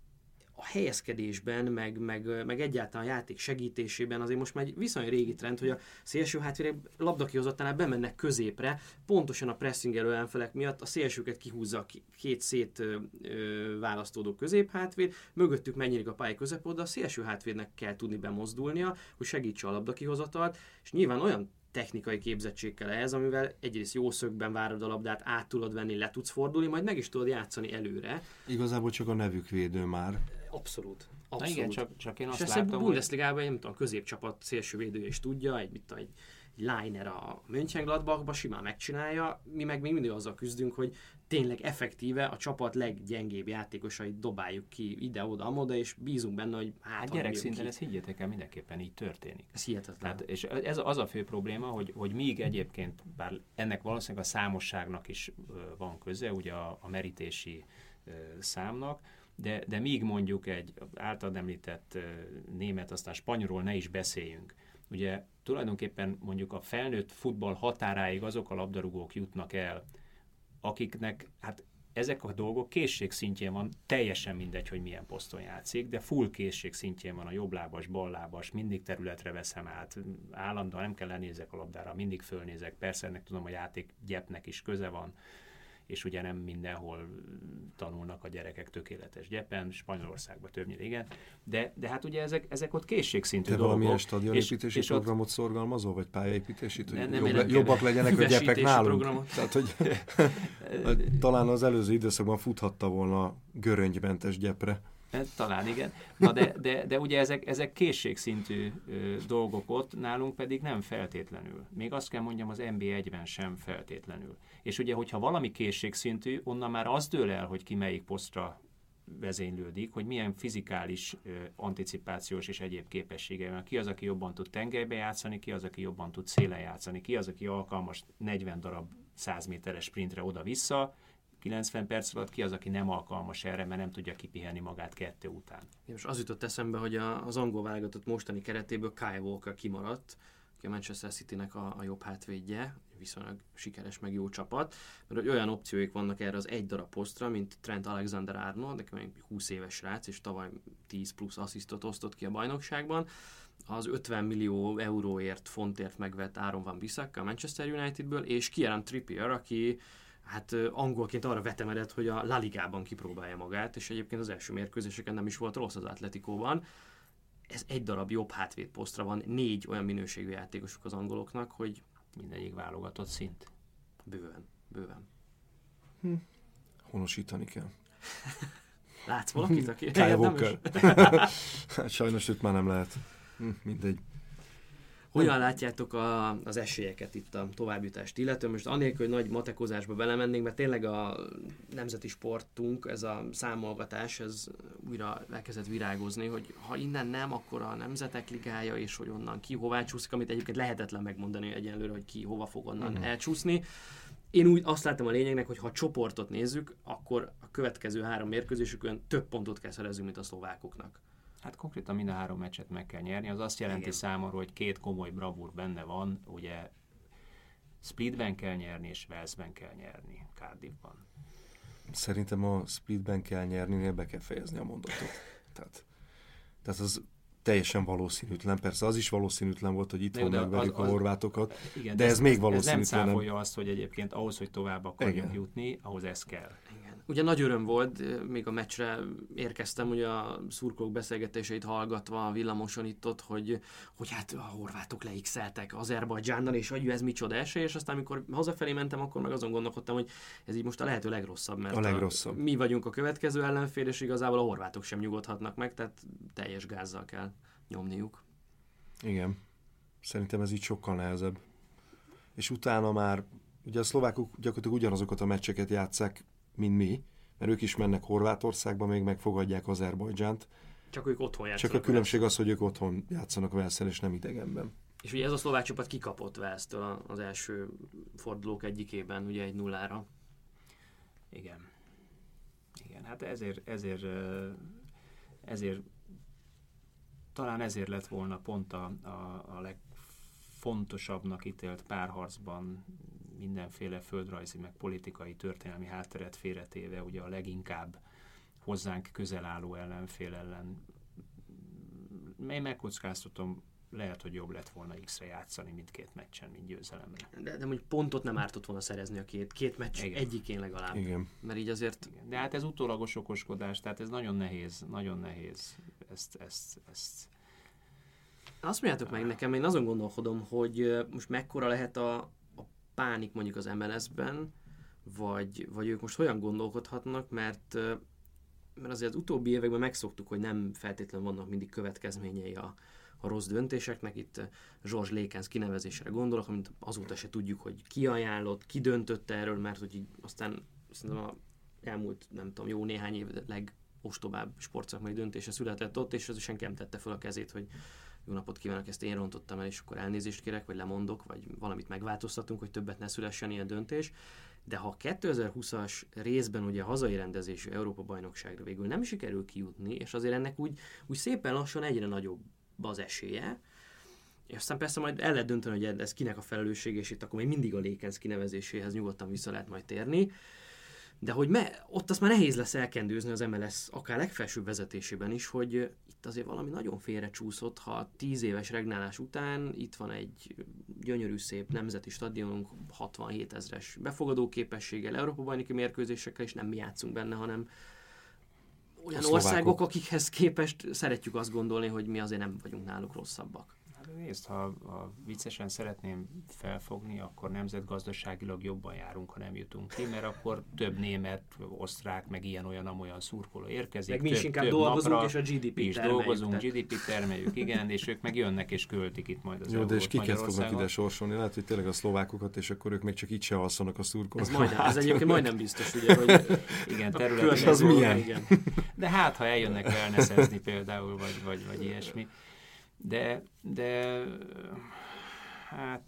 A helyezkedésben, meg, meg, meg egyáltalán a játék segítésében azért most már egy viszonylag régi trend, hogy a szélső hátvédek labdakihozatánál bemennek középre, pontosan a pressingelő ellenfelek miatt a szélsőket kihúzza a két szét ö, ö, választódó középhátvéd, mögöttük megnyílik a pálya közepén, de a szélső hátvédnek kell tudni bemozdulnia, hogy segítse a labdakihozatalt, és nyilván olyan technikai képzettség kell ehhez, amivel egyrészt jó szögben várod a labdát, át tudod venni, le tudsz fordulni, majd meg is tudod játszani előre. Igazából csak a nevük védő már. Abszolút. Abszolút. Na igen, csak, csak én azt és látom, hogy... a Bundesligában, nem tudom, a középcsapat szélsővédője is tudja, egy, mit tudom, egy, egy Leiner a Mönchengladbachba simán megcsinálja, mi meg még mindig azzal küzdünk, hogy tényleg effektíve a csapat leggyengébb játékosait dobáljuk ki ide-oda, amoda, és bízunk benne, hogy hát... hát gyerek szinten ezt higgyétek el, mindenképpen így történik. Ez hihetetlen. Hát, és ez az a fő probléma, hogy, hogy míg egyébként, bár ennek valószínűleg a számosságnak is van köze, ugye a, a merítési számnak, de, de míg mondjuk egy általad említett német, aztán spanyolról ne is beszéljünk. Ugye tulajdonképpen mondjuk a felnőtt futball határáig azok a labdarúgók jutnak el, akiknek hát ezek a dolgok készség szintjén van, teljesen mindegy, hogy milyen poszton játszik, de full készség szintjén van a jobblábas, ballábas, mindig területre veszem át, állandóan nem kell lenézek a labdára, mindig fölnézek, persze ennek tudom, a játék gyepnek is köze van, és ugye nem mindenhol tanulnak a gyerekek tökéletes gyepen, Spanyolországban többnyire igen, de, de hát ugye ezek, ezek ott készségszintű Te dolgok. valamilyen stadionépítési és, és programot ott... szorgalmazol, vagy pályaépítését, hogy ne, jobb, le, jobbak legyenek a gyepek nálunk? Tehát, hogy talán az előző időszakban futhatta volna göröngymentes gyepre. Talán igen. Na de, de, de ugye ezek, ezek készségszintű ö, dolgok ott, nálunk pedig nem feltétlenül. Még azt kell mondjam, az en bé egyben sem feltétlenül. És ugye, hogyha valami készségszintű, onnan már az dől el, hogy ki melyik posztra vezénylődik, hogy milyen fizikális, ö, anticipációs és egyéb képessége van. Ki az, aki jobban tud tengelybe játszani, ki az, aki jobban tud szélen játszani, ki az, aki alkalmas negyven darab száz méteres sprintre oda-vissza, kilencven perc alatt, ki az, aki nem alkalmas erre, mert nem tudja kipihenni magát kettő után. Én most az jutott eszembe, hogy a, az angol válogatott mostani keretéből Kyle Walker kimaradt, aki a Manchester Citynek a, a jobb hátvédje, viszonylag sikeres, meg jó csapat, mert hogy olyan opcióik vannak erre az egy darab posztra, mint Trent Alexander-Arnold, neki még húsz éves srác, és tavaly tíz plusz asszisztot osztott ki a bajnokságban. Az ötven millió euróért, fontért megvett Aaron Van Bissaka a Manchester Unitedből, és Kieran Trippier, aki hát angolként arra vetemedett, hogy a La Ligában kipróbálja magát, és egyébként az első mérkőzéseken nem is volt rossz az Atletikóban. Ez egy darab jobb hátvéd posztra van, négy olyan minőségű játékosuk az angoloknak, hogy mindegyik válogatott szint. Bőven, bőven. Hm. Honosítani kell. Látsz valakit, aki... Kyle Walker. Sajnos őt már nem lehet. Hm, mindegy. Hogyan látjátok a, az esélyeket itt a továbbjutást illetően? Most anélkül, hogy nagy matekozásba belemennénk, mert tényleg a nemzeti sportunk, ez a számolgatás, ez újra elkezdett virágozni, hogy ha innen nem, akkor a Nemzetek Ligája, és hogy onnan ki hová csúszik, amit egyébként lehetetlen megmondani egyenlőre, hogy ki hova fog onnan uh-huh. elcsúszni. Én úgy azt látom a lényegnek, hogy ha a csoportot nézzük, akkor a következő három mérkőzésükön több pontot kell szerezni, mint a szlovákoknak. Hát konkrétan mind a három meccset meg kell nyerni, az azt jelenti Igen. számomra, hogy két komoly bravúr benne van, ugye Splitben kell nyerni, és Walesben kell nyerni, Cardiffban. Szerintem a Splitben kell nyerni, be kell fejezni a mondatot. Tehát, tehát az teljesen valószínűtlen. Persze az is valószínűtlen volt, hogy itthon megverjük a horvátokat, igen, de ez, ez még valószínűtlen. Ez nem cáfolja azt, hogy egyébként ahhoz, hogy tovább akarjunk igen. jutni, ahhoz ez kell. Igen. Ugye nagy öröm volt, még a meccsre érkeztem, ugye a szurkolók beszélgetéseit hallgatva a villamoson itt ott, hogy, hogy hát a horvátok leixeltek Azerbajdzsánnal, és hogy ez micsoda esély, és aztán amikor hazafelé mentem, akkor meg azon gondolkodtam, hogy ez így most a lehető legrosszabb, mert a legrosszabb. A, mi vagyunk a következő ellenfél, és igazából a horvátok sem nyugodhatnak meg, tehát teljes gázzal kell nyomniuk. Igen. Szerintem ez így sokkal nehezebb. És utána már, ugye a szlovákok gyakorlatilag ugyanazokat a meccseket játsszák, mint mi, mert ők is mennek Horvátországba, még megfogadják Azerbajdzsánt. Csak ők otthon játszanak. Csak a különbség az, hogy ők otthon játszanak Walesszel, és nem idegenben. És ugye ez a szlovák csapat kikapott Walestől az első fordulók egyikében, ugye egy nullára. Igen. Igen, hát ezért, ezért, ezért talán ezért lett volna pont a, a, a legfontosabbnak ítélt párharcban mindenféle földrajzi, meg politikai, történelmi hátteret félretéve, ugye a leginkább hozzánk közel álló ellenfél ellen. Én megkockáztatom, lehet, hogy jobb lett volna X-re játszani mindkét meccsen, mint győzelemre. De, de mondjuk pontot nem ártott volna szerezni a két, két meccs Igen. egyikén legalább. Igen. Mert így azért... Igen. De hát ez utólagos okoskodás, tehát ez nagyon nehéz, nagyon nehéz ezt... ezt, ezt... Azt mondjátok meg nekem, én azon gondolkodom, hogy most mekkora lehet a, a pánik mondjuk az em el es-ben, vagy, vagy ők most hogyan gondolkodhatnak, mert, mert azért az utóbbi években megszoktuk, hogy nem feltétlenül vannak mindig következményei a, a rossz döntéseknek. Itt George Lakens kinevezésére gondolok, amit azóta se tudjuk, hogy ki ajánlott, ki döntött erről, mert hogy így aztán szerintem a elmúlt, nem tudom, jó néhány év legostobább sportszakmai döntése született ott, és az senki nem tette fel a kezét, hogy jó napot kívánok, ezt én rontottam el, és akkor elnézést kérek, vagy lemondok, vagy valamit megváltoztatunk, hogy többet ne szülessen ilyen döntés. De ha a kétezer-húszas részben ugye a hazai rendezésű Európa-bajnokságra végül nem sikerül kijutni, és azért ennek úgy, úgy szépen lassan egyre nagyobb az esélye, és aztán persze majd el lehet dönteni, hogy ez kinek a felelősség, és itt akkor még mindig a Lakens kinevezéséhez nyugodtan vissza lehet majd térni. De hogy me, ott azt már nehéz lesz elkendőzni az em el es akár legfelsőbb vezetésében is, hogy itt azért valami nagyon félrecsúszott, ha tíz éves regnálás után itt van egy gyönyörű szép nemzeti stadionunk, hatvanhét ezres befogadó képességgel, Európa-bajnoki mérkőzésekkel, és nem mi játszunk benne, hanem olyan országok, akikhez képest szeretjük azt gondolni, hogy mi azért nem vagyunk náluk rosszabbak. Nézd, ha, ha viccesen szeretném felfogni, akkor nemzetgazdaságilag jobban járunk, ha nem jutunk ki, mert akkor több német, osztrák, meg ilyen-olyan amolyan szurkoló érkezik. Meg mi több, is inkább több dolgozunk, napra, és a gé dé pé is termeljük. dolgozunk, tehát. gé dé pé termeljük, igen, és ők meg jönnek és költik itt majd az Jó, de és kiket fognak Magyarországon. ide sorsolni? Lehet, hogy tényleg a szlovákokat, és akkor ők még csak itt se alszanak a szurkolók. Ez, majdnem, ez egyébként majdnem biztos, ugye, hogy igen, És területileg. az milyen? Igen. De hát, ha eljönnek wellnessezni például, vagy, vagy, vagy ilyesmi. De, de hát...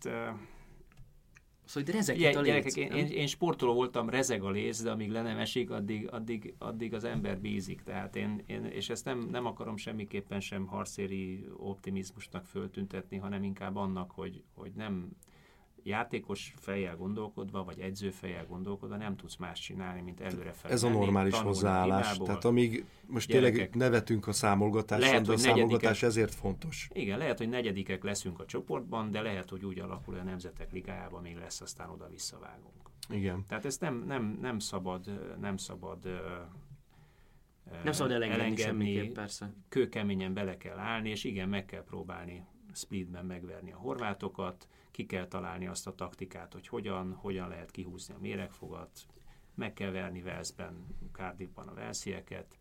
Szóval itt rezeg Ugye, itt a gyerekek, léc, én, én, én sportoló voltam, rezeg a léc, de amíg le nem esik, addig, addig, addig az ember bízik. Tehát én, én és ezt nem, nem akarom semmiképpen sem harcéri optimizmusnak föltüntetni, hanem inkább annak, hogy, hogy nem játékos fejjel gondolkodva, vagy edző fejjel gondolkodva nem tudsz más csinálni, mint előrefelé. Ez a normális hozzáállás. Tehát amíg most Gyerekek, tényleg nevetünk a számolgatáson, lehet, de a számolgatás ezért fontos. Igen, lehet, hogy negyedikek leszünk a csoportban, de lehet, hogy úgy alakul, hogy a Nemzetek Ligájában még lesz, aztán oda visszavágunk. Igen. Tehát ezt nem, nem, nem szabad, nem szabad nem szabad elengedni semmiképp, persze. Kőkeményen bele kell állni, és igen, meg kell próbálni Splitben megverni a horvátokat, ki kell találni azt a taktikát, hogy hogyan, hogyan lehet kihúzni a méregfogat, meg kell verni Walesben, Cardiffban a walesieket.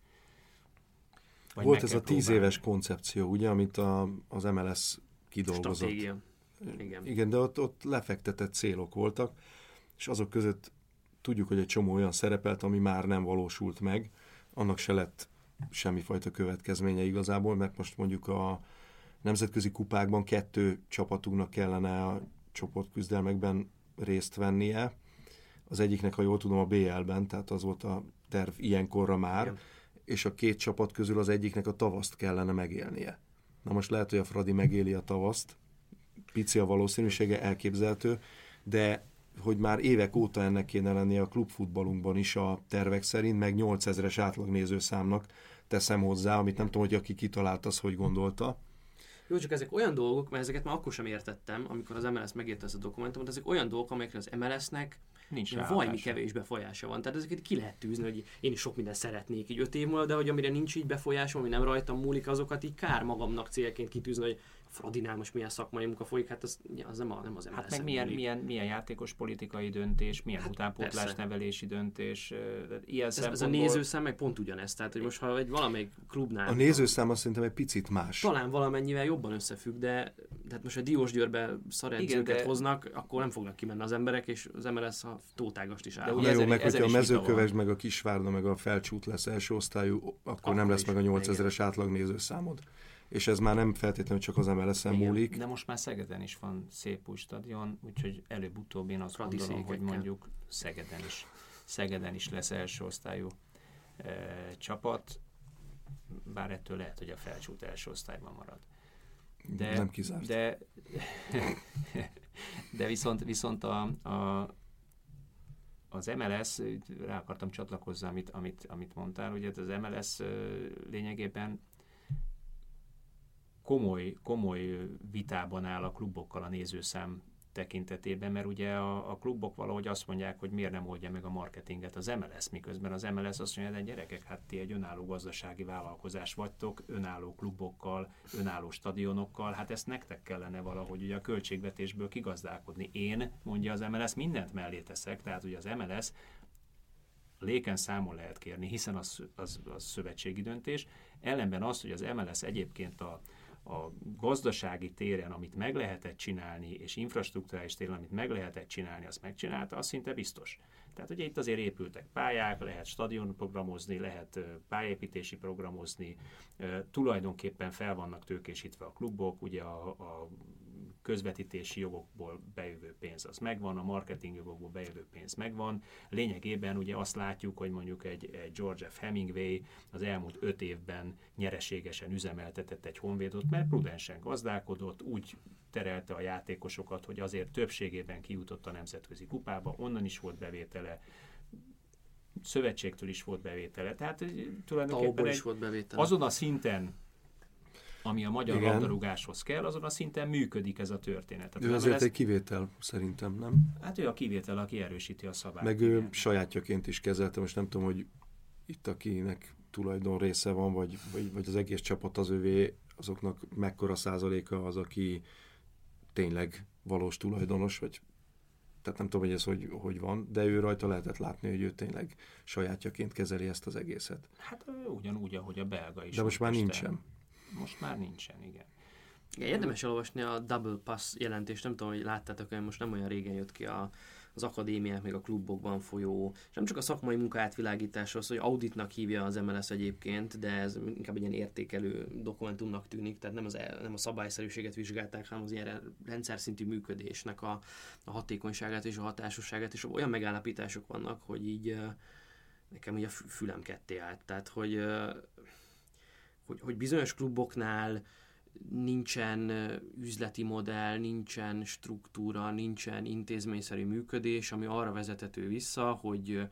Volt ez a tíz éves koncepció, ugye, amit a, az em el es kidolgozott. Stratégia. Igen. Igen, de ott, ott lefektetett célok voltak, és azok között tudjuk, hogy egy csomó olyan szerepelt, ami már nem valósult meg, annak se lett semmifajta következménye igazából, mert most mondjuk a nemzetközi kupákban kettő csapatunknak kellene a csoportküzdelmekben részt vennie. Az egyiknek, ha jól tudom, a bé el-ben, tehát az volt a terv ilyenkorra már, igen. És a két csapat közül az egyiknek a tavaszt kellene megélnie. Na most lehet, hogy a Fradi megéli a tavaszt, pici a valószínűsége, elképzelhető, de hogy már évek óta ennek kéne lennie a klubfutballunkban is a tervek szerint, meg nyolcezres átlagnézőszámnak teszem hozzá, amit nem tudom, hogy aki kitalálta, az hogy gondolta. Jó, csak ezek olyan dolgok, mert ezeket már akkor sem értettem, amikor az em el es megírta ezt a dokumentumot, ezek olyan dolgok, amelyekre az em el es-nek nincs vajmi kevés befolyása van. Tehát ezeket ki lehet tűzni, hogy én is sok mindent szeretnék így öt év múlva, de hogy amire nincs így befolyásom, ami nem rajtam múlik, azokat így kár magamnak célként kitűzni, hogy Fradinál most milyen szakmai munka folyik, hát az, az nem, a, nem az em el es-en. Hát meg milyen, milyen, milyen játékos politikai döntés, milyen hát utánpótlás persze. Nevelési döntés. Ilyen ez, ez a nézőszám meg pont ugyanezt, tehát hogy most ha egy valamelyik klubnál... A nézőszám azt szerintem egy picit más. Talán valamennyivel jobban összefügg, de tehát most a Diósgyőrbe szaredzőket de... hoznak, akkor nem fognak kimenni az emberek, és az em el es a tótágast is áll. De jó, meg hogyha a Mezőkövesd, meg a Kisvárda, meg a Felcsút lesz első osztályú, akkor, akkor nem lesz meg a nyolcezeres átlag nézőszámod. És ez már nem feltétlenül csak az em el es-en múlik. De most már Szegeden is van szép új stadion, úgyhogy előbb-utóbb én azt Fradi gondolom, székekkel. Hogy mondjuk Szegeden is, Szegeden is lesz első osztályú e, csapat, bár ettől lehet, hogy a Felcsút első osztályban marad. De, nem kizárt. De, de viszont, viszont a, a, az em el es, rá akartam csatlakozni, amit, amit, amit mondtál, hogy az em el es lényegében komoly, komoly vitában áll a klubokkal a nézőszám tekintetében, mert ugye a, a klubok valahogy azt mondják, hogy miért nem oldja meg a marketinget az em el es, miközben az em el es azt mondja, hogy gyerekek, hát ti egy önálló gazdasági vállalkozás vagytok, önálló klubokkal, önálló stadionokkal, hát ezt nektek kellene valahogy ugye a költségvetésből kigazdálkodni. Én, mondja az em el es, mindent mellé teszek, tehát ugye az em el es léken számon lehet kérni, hiszen az, az, az szövetségi döntés, ellenben az, hogy az em el es egyébként a a gazdasági téren, amit meg lehetett csinálni, és infrastrukturális téren, amit meg lehetett csinálni, azt megcsinálta, az szinte biztos. Tehát ugye itt azért épültek pályák, lehet stadion programozni, lehet pályaépítési programozni, tulajdonképpen fel vannak tőkésítve a klubok, ugye a, a közvetítési jogokból bejövő pénz az megvan, a marketing jogokból bejövő pénz megvan. Lényegében ugye azt látjuk, hogy mondjuk egy, egy George F. Hemingway az elmúlt öt évben nyereségesen üzemeltetett egy Honvédot, mert prudensen gazdálkodott, úgy terelte a játékosokat, hogy azért többségében kijutott a nemzetközi kupába, onnan is volt bevétele, szövetségtől is volt bevétele. Tehát tulajdonképpen is volt bevétele. Azon a szinten ami a magyar Igen. labdarúgáshoz kell, azon a szinten működik ez a történet. Tehát Ő azért ez, egy kivétel, szerintem, nem? hát ő a kivétel, aki erősíti a szabályt. Meg ő igen. sajátjaként is kezelte, most nem tudom, hogy itt akinek tulajdon része van, vagy, vagy, vagy az egész csapat az övé, azoknak mekkora százaléka az, aki tényleg valós tulajdonos, vagy tehát nem tudom, hogy ez hogy, hogy van, de ő rajta lehetett látni, hogy ő tényleg sajátjaként kezeli ezt az egészet. Hát ő ugyanúgy, ahogy a belga is. De most már Úristen. nincsen. Most már nincsen, igen. Igen, érdemes elolvasni a Double Pass jelentést, nem tudom, hogy láttátok, hogy most nem olyan régen jött ki a, az akadémiák, meg a klubokban folyó, és nem csak a szakmai munka átvilágításról, hogy auditnak hívja az em el es egyébként, de ez inkább egy ilyen értékelő dokumentumnak tűnik, tehát nem, az, nem a szabályszerűséget vizsgálták, hanem az ilyen rendszer szintű működésnek a, a hatékonyságát és a hatásosságát, és olyan megállapítások vannak, hogy így nekem így a fülem ketté állt, tehát hogy, hogy, hogy bizonyos kluboknál nincsen üzleti modell, nincsen struktúra, nincsen intézményszerű működés, ami arra vezethető vissza, hogy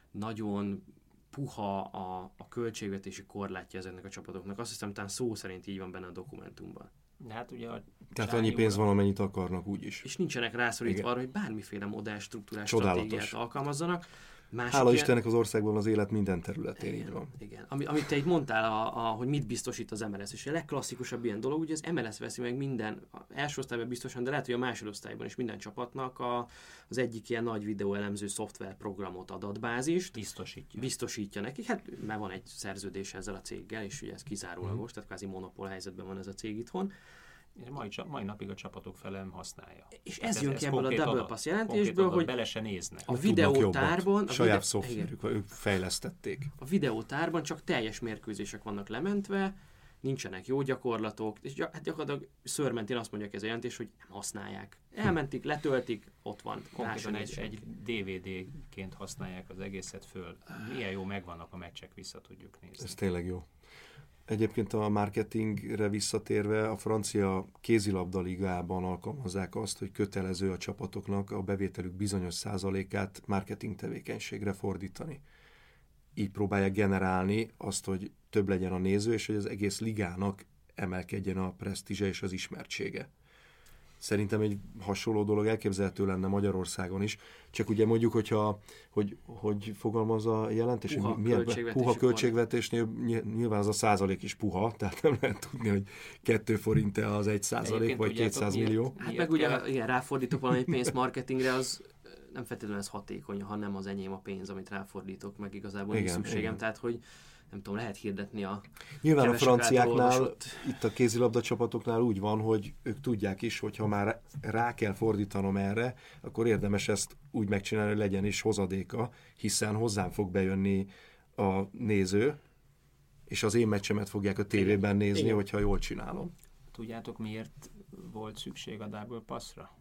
nagyon puha a, a költségvetési korlátja ezeknek a csapatoknak. Azt hiszem, talán szó szerint így van benne a dokumentumban. De hát ugye a Tehát annyi pénz van, amennyit akarnak úgyis. És nincsenek rászorítva Igen. arra, hogy bármiféle modell struktúrás Csodálatos. stratégiát alkalmazzanak. Másik Hála ilyen... Istennek az országban az élet minden területén igen, így van. Igen. Ami, amit te itt mondtál, a, a, hogy mit biztosít az em el es, és a legklasszikusabb ilyen dolog, ugye az em el es veszi meg minden, első osztályban biztosan, de lehet, hogy a másodosztályban is minden csapatnak a, az egyik ilyen nagy videóelemző szoftverprogramot, adatbázist. biztosítja. Biztosítja nekik, hát már van egy szerződés ezzel a céggel, és ugye ez kizárólagos, mm. tehát kvázi monopól helyzetben van ez a cég itthon. Mai, mai napig a csapatok fele használja. És Tehát ez jön ki ebből a Double adat, Pass jelentésből, adat, hogy bele se néznek. a videótárban... A saját vide... szoftverük, ők fejlesztették. A videótárban csak teljes mérkőzések vannak lementve, nincsenek jó gyakorlatok, és gy- hát gyakorlatilag szőrmentén azt mondják ez a jelentés, hogy nem használják. Elmentik, letöltik, ott van. Konkrétan egy, egy dé vé dé-ként használják az egészet föl. Milyen jó megvannak a meccsek, vissza tudjuk nézni. Ez tényleg jó. Egyébként a marketingre visszatérve, a francia kézilabdaligában alkalmazzák azt, hogy kötelező a csapatoknak a bevételük bizonyos százalékát marketing tevékenységre fordítani. Így próbálják generálni azt, hogy több legyen a néző, és hogy az egész ligának emelkedjen a presztízse és az ismertsége. Szerintem egy hasonló dolog elképzelhető lenne Magyarországon is, csak ugye mondjuk, hogyha, hogy, hogy fogalmaz a jelentés, Puha hogy milyen puha költségvetésnél nyilván az a százalék is puha, tehát nem lehet tudni, hogy kettő forint-e az egy százalék, vagy kétszáz millió. Hát meg ugye, igen, ráfordítok valami pénzt marketingre, az nem feltétlenül ez hatékony, ha nem az enyém a pénz, amit ráfordítok, meg igazából nincs szükségem, igen. Tehát hogy nem tudom, lehet hirdetni a nyilván a franciáknál, itt a kézilabda csapatoknál úgy van, hogy ők tudják is, hogy ha már rá kell fordítanom erre, akkor érdemes ezt úgy megcsinálni, hogy legyen is hozadéka, hiszen hozzám fog bejönni a néző, és az én meccsemet fogják a tévében nézni, igen. hogyha jól csinálom. Tudjátok, miért volt szükség a Double Passra?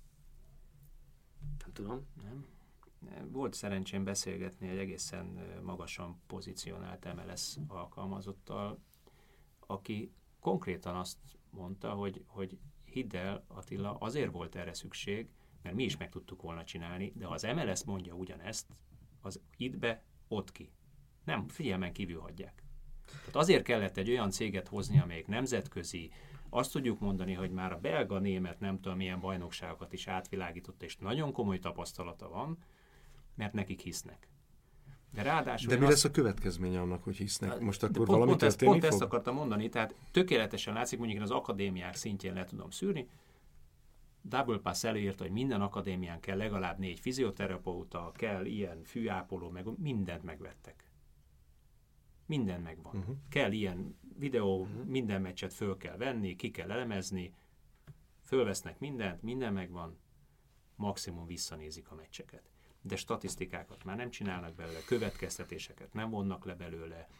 Nem tudom. Nem? Volt szerencsém beszélgetni egy egészen magasan pozícionált em el es alkalmazottal, aki konkrétan azt mondta, hogy, hogy hidd el, Attila, azért volt erre szükség, mert mi is meg tudtuk volna csinálni, de ha az em el es mondja ugyanezt, az itt be, ott ki. Nem, figyelmen kívül hagyják. Tehát azért kellett egy olyan céget hozni, amelyik nemzetközi, azt tudjuk mondani, hogy már a belga, német, nem tudom milyen bajnokságokat is átvilágított, és nagyon komoly tapasztalata van, mert nekik hisznek. De ráadásul... De mi azt... lesz a következménye annak, hogy hisznek? Most akkor pont, valami pont történik Pont fog? ezt akartam mondani, tehát tökéletesen látszik, mondjuk én az akadémiák szintjén le tudom szűrni, Double Pass előírta, hogy minden akadémián kell legalább négy fizioterapeuta, kell ilyen fűápoló, meg mindent megvettek. Minden megvan. Uh-huh. Kell ilyen videó, uh-huh. minden meccset föl kell venni, ki kell elemezni, fölvesznek mindent, minden megvan, maximum visszanézik a meccseket. De statisztikákat már nem csinálnak belőle, következtetéseket nem vonnak le belőle.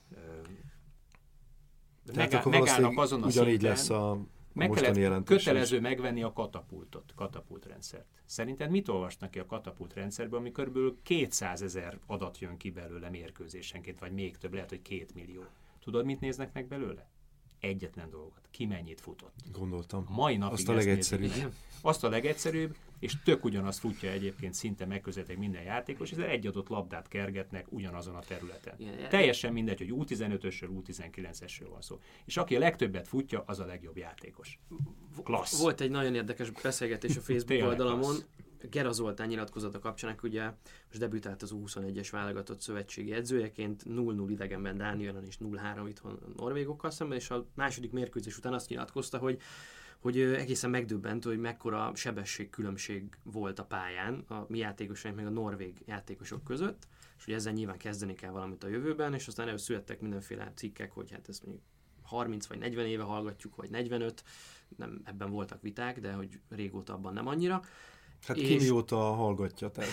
Tehát Megá- megállnak azon a ugyanígy szinten, lesz a, a meg mostani kellett kötelező is. megvenni a katapultot, katapultrendszert. Szerinted mit olvasnak ki a katapultrendszerből, ami körülbelül kétszázezer adat jön ki belőle mérkőzésenként, vagy még több, lehet, hogy két millió. Tudod, mit néznek meg belőle? egyetlen dolgot, ki mennyit futott. Gondoltam. A mai napig azt a legegyszerűbb. Azt a legegyszerűbb, és tök ugyanazt futja egyébként szinte megközelítek minden játékos, és egy adott labdát kergetnek ugyanazon a területen. Igen, teljesen mindegy, hogy U tizenötösről, U tizenkilencesről van szó. És aki a legtöbbet futja, az a legjobb játékos. Klassz. Volt egy nagyon érdekes beszélgetés a Facebook oldalamon, Gera Zoltán nyilatkozata kapcsán, aki ugye most debütált az U huszonegyes válogatott szövetségi edzőjeként, nulla null idegenben Dánielen és nulla három itthon norvégokkal szemben, és a második mérkőzés után azt nyilatkozta, hogy hogy egészen megdöbbentő, hogy mekkora sebességkülönbség volt a pályán a mi játékosaink meg a norvég játékosok között, és hogy ezzel nyilván kezdeni kell valamit a jövőben, és aztán előszülettek mindenféle cikkek, hogy hát ezt mondjuk harminc vagy negyven éve hallgatjuk, vagy negyvenöt, nem, ebben voltak viták, de hogy régóta abban nem annyira. Hát és... ki mióta hallgatja, tehát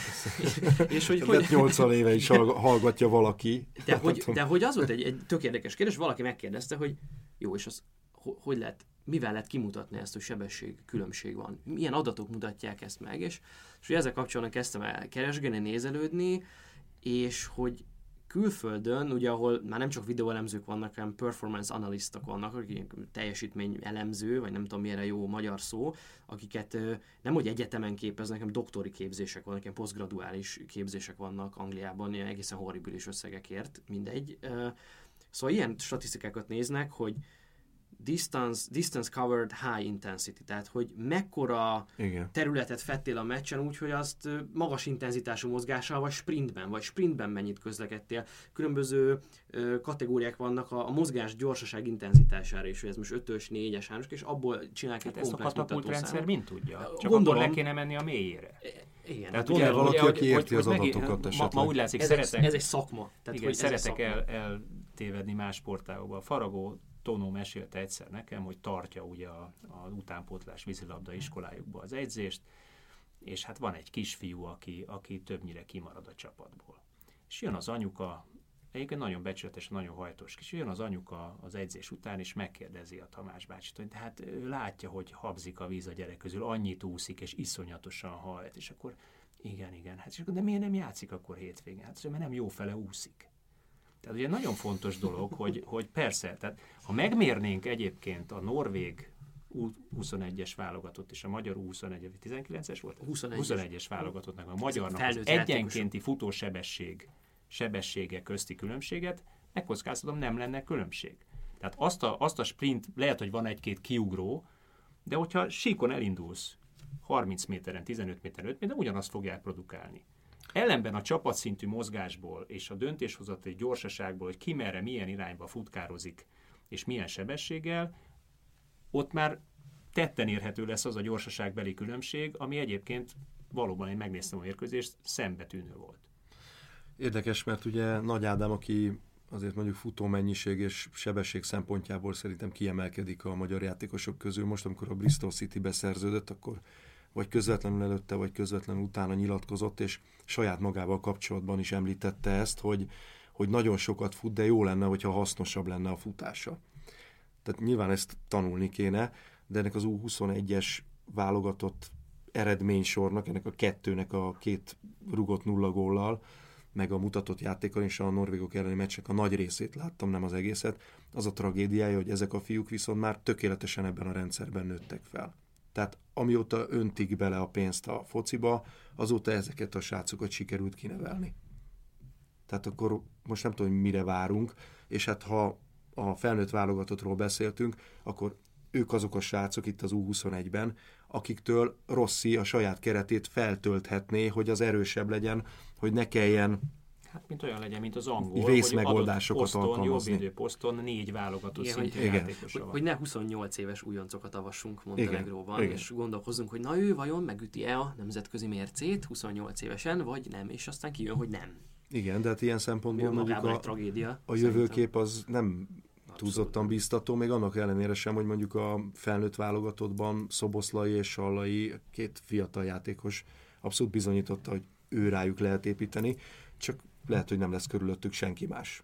és hogy, hogy... nyolcvan éve is hallgatja valaki. De hogy, de hogy az volt egy, egy tök érdekes kérdés, valaki megkérdezte, hogy jó, és az hogy lehet, mivel lehet kimutatni ezt, hogy sebesség különbség van? Milyen adatok mutatják ezt meg? És, és hogy ezzel kapcsolatban kezdtem el keresgélni, nézelődni, és hogy külföldön, ugye ahol már nem csak videóelemzők vannak, hanem performance analistok vannak, akik teljesítmény elemző, vagy nem tudom milyen jó magyar szó, akiket nem hogy egyetemen képeznek, hanem doktori képzések vannak, ilyen posztgraduális képzések vannak Angliában, ilyen egészen horribilis összegekért, mindegy. Szóval ilyen statisztikákat néznek, hogy Distance, distance covered high intensity, tehát hogy mekkora Igen. területet fettél a meccsen úgy, hogy azt magas intenzitású mozgással, vagy sprintben, vagy sprintben mennyit közlekedtél. Különböző ö, kategóriák vannak a, a mozgás gyorsaság intenzitására is, hogy ez most ötös, négyes, hármas, és abból csinálják hát egy komplex mutatószámot. Ezt a katapultrendszer mind tudja? Csak Gondolom, akkor le kéne menni a mélyére. Igen. Tehát ugye, valaki, ugye, aki érti az adatokat esetleg. Ma, ma úgy látszik, ez, szeretek, egy, ez egy szakma. Tehát, igen, hogy szeretek el, eltévedni más sportágokba. A Faragó Tónó mesélte egyszer nekem, hogy tartja ugye a, a utánpótlás vízilabda iskolájukba az edzést, és hát van egy kisfiú, aki, aki többnyire kimarad a csapatból. És jön az anyuka, egyébként nagyon becsületes, nagyon hajtós kis, jön az anyuka az edzés után, és megkérdezi a Tamás bácsit, hogy de hát ő látja, hogy habzik a víz a gyerek közül, annyit úszik, és iszonyatosan hajt, és akkor igen, igen, hát és akkor, de miért nem játszik akkor hétvégén? Hát mert nem jófele úszik. Tehát ugye nagyon fontos dolog, hogy, hogy persze, tehát ha megmérnénk egyébként a norvég U huszonegyes válogatott és a magyar U huszonegyes, tizenkilences volt? huszonegyes válogatottnak, a magyarnak az egyenkénti futósebesség sebessége közti különbséget, megkockáztatom, nem lenne különbség. Tehát azt a, azt a sprint, lehet, hogy van egy-két kiugró, de hogyha síkon elindulsz harminc méteren, tizenöt méteren, öt méteren, ugyanazt fogják produkálni. Ellenben a csapatszintű mozgásból és a döntéshozatali gyorsaságból, hogy ki merre, milyen irányba futkározik, és milyen sebességgel, ott már tetten érhető lesz az a gyorsaságbeli különbség, ami egyébként valóban, én megnéztem a mérkőzést, szembetűnő volt. Érdekes, mert ugye Nagy Ádám, aki azért mondjuk futómennyiség és sebesség szempontjából szerintem kiemelkedik a magyar játékosok közül. Most, amikor a Bristol City-be szerződött, akkor vagy közvetlenül előtte, vagy közvetlenül utána nyilatkozott, és saját magával kapcsolatban is említette ezt, hogy, hogy nagyon sokat fut, de jó lenne, hogyha hasznosabb lenne a futása. Tehát nyilván ezt tanulni kéne, de ennek az U huszonegyes válogatott eredménysornak, ennek a kettőnek a két rugott nulla góllal, meg a mutatott játékon és a norvégok elleni meccsek a nagy részét láttam, nem az egészet. Az a tragédiája, hogy ezek a fiúk viszont már tökéletesen ebben a rendszerben nőttek fel. Tehát amióta öntik bele a pénzt a fociba, azóta ezeket a srácokat sikerült kinevelni. Tehát akkor most nem tudom, hogy mire várunk, és hát ha a felnőtt válogatottról beszéltünk, akkor ők azok a srácok itt az U huszonegyben, akiktől Rossi a saját keretét feltölthetné, hogy az erősebb legyen, hogy ne kelljen hát mint olyan legyen, mint az angol, vészmegoldásokat poszton, alkalmazni. Jobbvédő poszton négy válogatott igen, szintű hogy, játékosa hogy, van. hogy ne huszonnyolc éves újoncokat avassunk Montenegróban, és gondolkozzunk, hogy na ő vajon megüti-e a nemzetközi mércét huszonnyolc évesen, vagy nem, és aztán kijön, hogy nem. Igen, de hát ilyen szempontból mondjuk a, tragédia, a jövőkép az nem túlzottan bíztató, még annak ellenére sem, hogy mondjuk a felnőtt válogatottban Szoboszlai és Sallai, két fiatal játékos abszolút bizonyította, hogy ő rájuk lehet építeni, csak lehet, hogy nem lesz körülöttük senki más.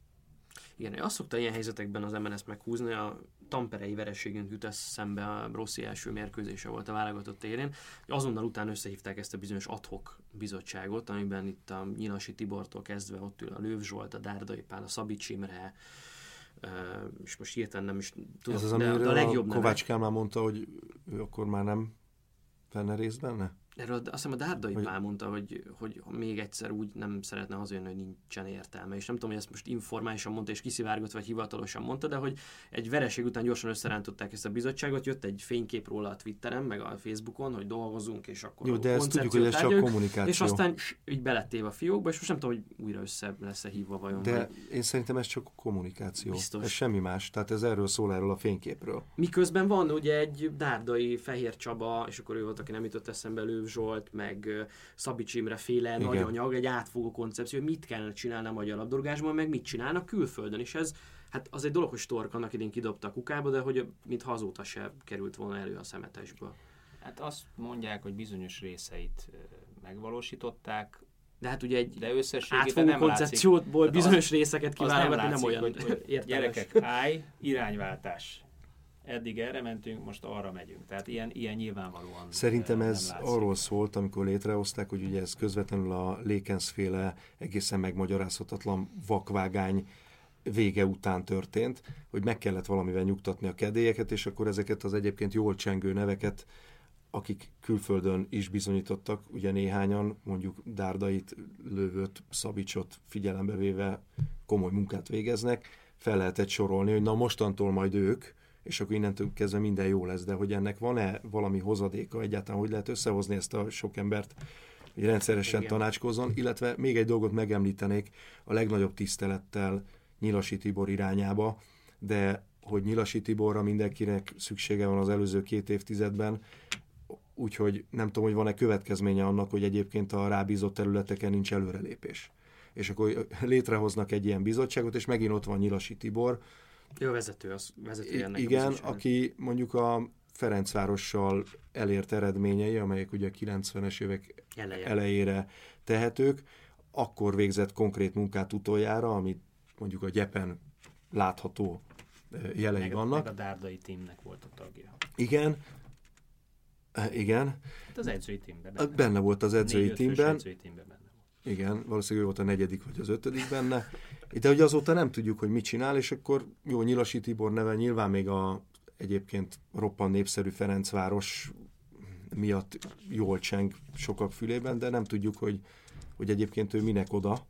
Igen, azt szokta ilyen helyzetekben az em en es meghúzni, a tamperei vereségünk jut eszembe, a Rossi első mérkőzése volt a válogatott élén, azonnal után összehívták ezt a bizonyos ad-hoc bizottságot, amiben itt a Nyilasi Tibortól kezdve ott ül a Lőv Zsolt, a Dárdai Pál, a Szabics Imre, és most hirtelen nem is tudom, ez az, de, de a legjobb Kovács Kálmán mondta, hogy ő akkor már nem venne részt benne? Erről azt hiszem a Dárdai hogy... Pál mondta, hogy, hogy még egyszer úgy nem szeretne hazajönni, hogy nincsen értelme. És nem tudom, hogy ezt most informálisan mondta és kiszivárgott, vagy hivatalosan mondta, de hogy egy vereség után gyorsan összerántották ezt a bizottságot, jött egy fénykép róla a Twitteren, meg a Facebookon, hogy dolgozunk, és akkor jó, de ezt tudjuk, hogy ez csak kommunikáció. És aztán így belettéve a fiókba, és most nem tudom, hogy újra össze lesz-e hívva vajon. De vagy... én szerintem ez csak kommunikáció. Biztos. Ez semmi más. Tehát ez erről szól, erről a fényképről. Miközben van ugye egy Dárdai, Fehér Csaba, és akkor ő volt, aki nem jutott eszembe, Lőv Zsolt, meg Szabics Imre féle nagy anyag, egy átfogó koncepció, hogy mit kellene csinálni a magyar labdarúgásban, meg mit csinálnak külföldön, és ez, hát az egy dolog, hogy Stork annak idén kidobta a kukába, de hogy mintha azóta se került volna elő a szemetesből. Hát azt mondják, hogy bizonyos részeit megvalósították, de hát ugye egy de átfogó nem koncepcióból látszik, bizonyos részeket kiválogatni nem, nem olyan hogy, hogy értelmes. Gyerekek, állj, irányváltás. Eddig erre mentünk, most arra megyünk. Tehát ilyen, ilyen nyilvánvalóan Szerintem ez látszik. Arról szólt, amikor létrehozták, hogy ugye ez közvetlenül a Lékenszféle egészen megmagyarázhatatlan vakvágány vége után történt, hogy meg kellett valamivel nyugtatni a kedélyeket, és akkor ezeket az egyébként jól csengő neveket, akik külföldön is bizonyítottak, ugye néhányan, mondjuk Dárdait, Lövöt, Szabicsot figyelembe véve komoly munkát végeznek, fel lehetett sorolni, hogy na mostantól majd ők, és akkor innentől kezdve minden jó lesz, de hogy ennek van-e valami hozadéka egyáltalán, hogy lehet összehozni ezt a sok embert, hogy rendszeresen igen. tanácskozzon, illetve még egy dolgot megemlítenék a legnagyobb tisztelettel Nyilasi Tibor irányába, de hogy Nyilasi Tiborra mindenkinek szüksége van az előző két évtizedben, úgyhogy nem tudom, hogy van-e következménye annak, hogy egyébként a rábízott területeken nincs előrelépés. És akkor létrehoznak egy ilyen bizottságot, és megint ott van Nyilasi Tibor, Ő a vezető, az vezető ennek igen, a aki mondjuk a Ferencvárossal elért eredményei, amelyek ugye a kilencvenes évek Eleje. elejére tehetők, akkor végzett konkrét munkát utoljára, amit mondjuk a gyepen látható jelei meg, vannak. Meg a Dárdai tímnek volt a tagja. Igen, igen. Hát az edzői tímben. Benne, benne volt az edzői tímben. edzői tímben benne. Igen, valószínűleg ő volt a negyedik vagy az ötödik benne. De hogy azóta nem tudjuk, hogy mit csinál, és akkor jó, Nyilasi Tibor neve nyilván még a egyébként roppant népszerű Ferencváros miatt jól cseng sokak fülében, de nem tudjuk, hogy, hogy egyébként ő minek oda,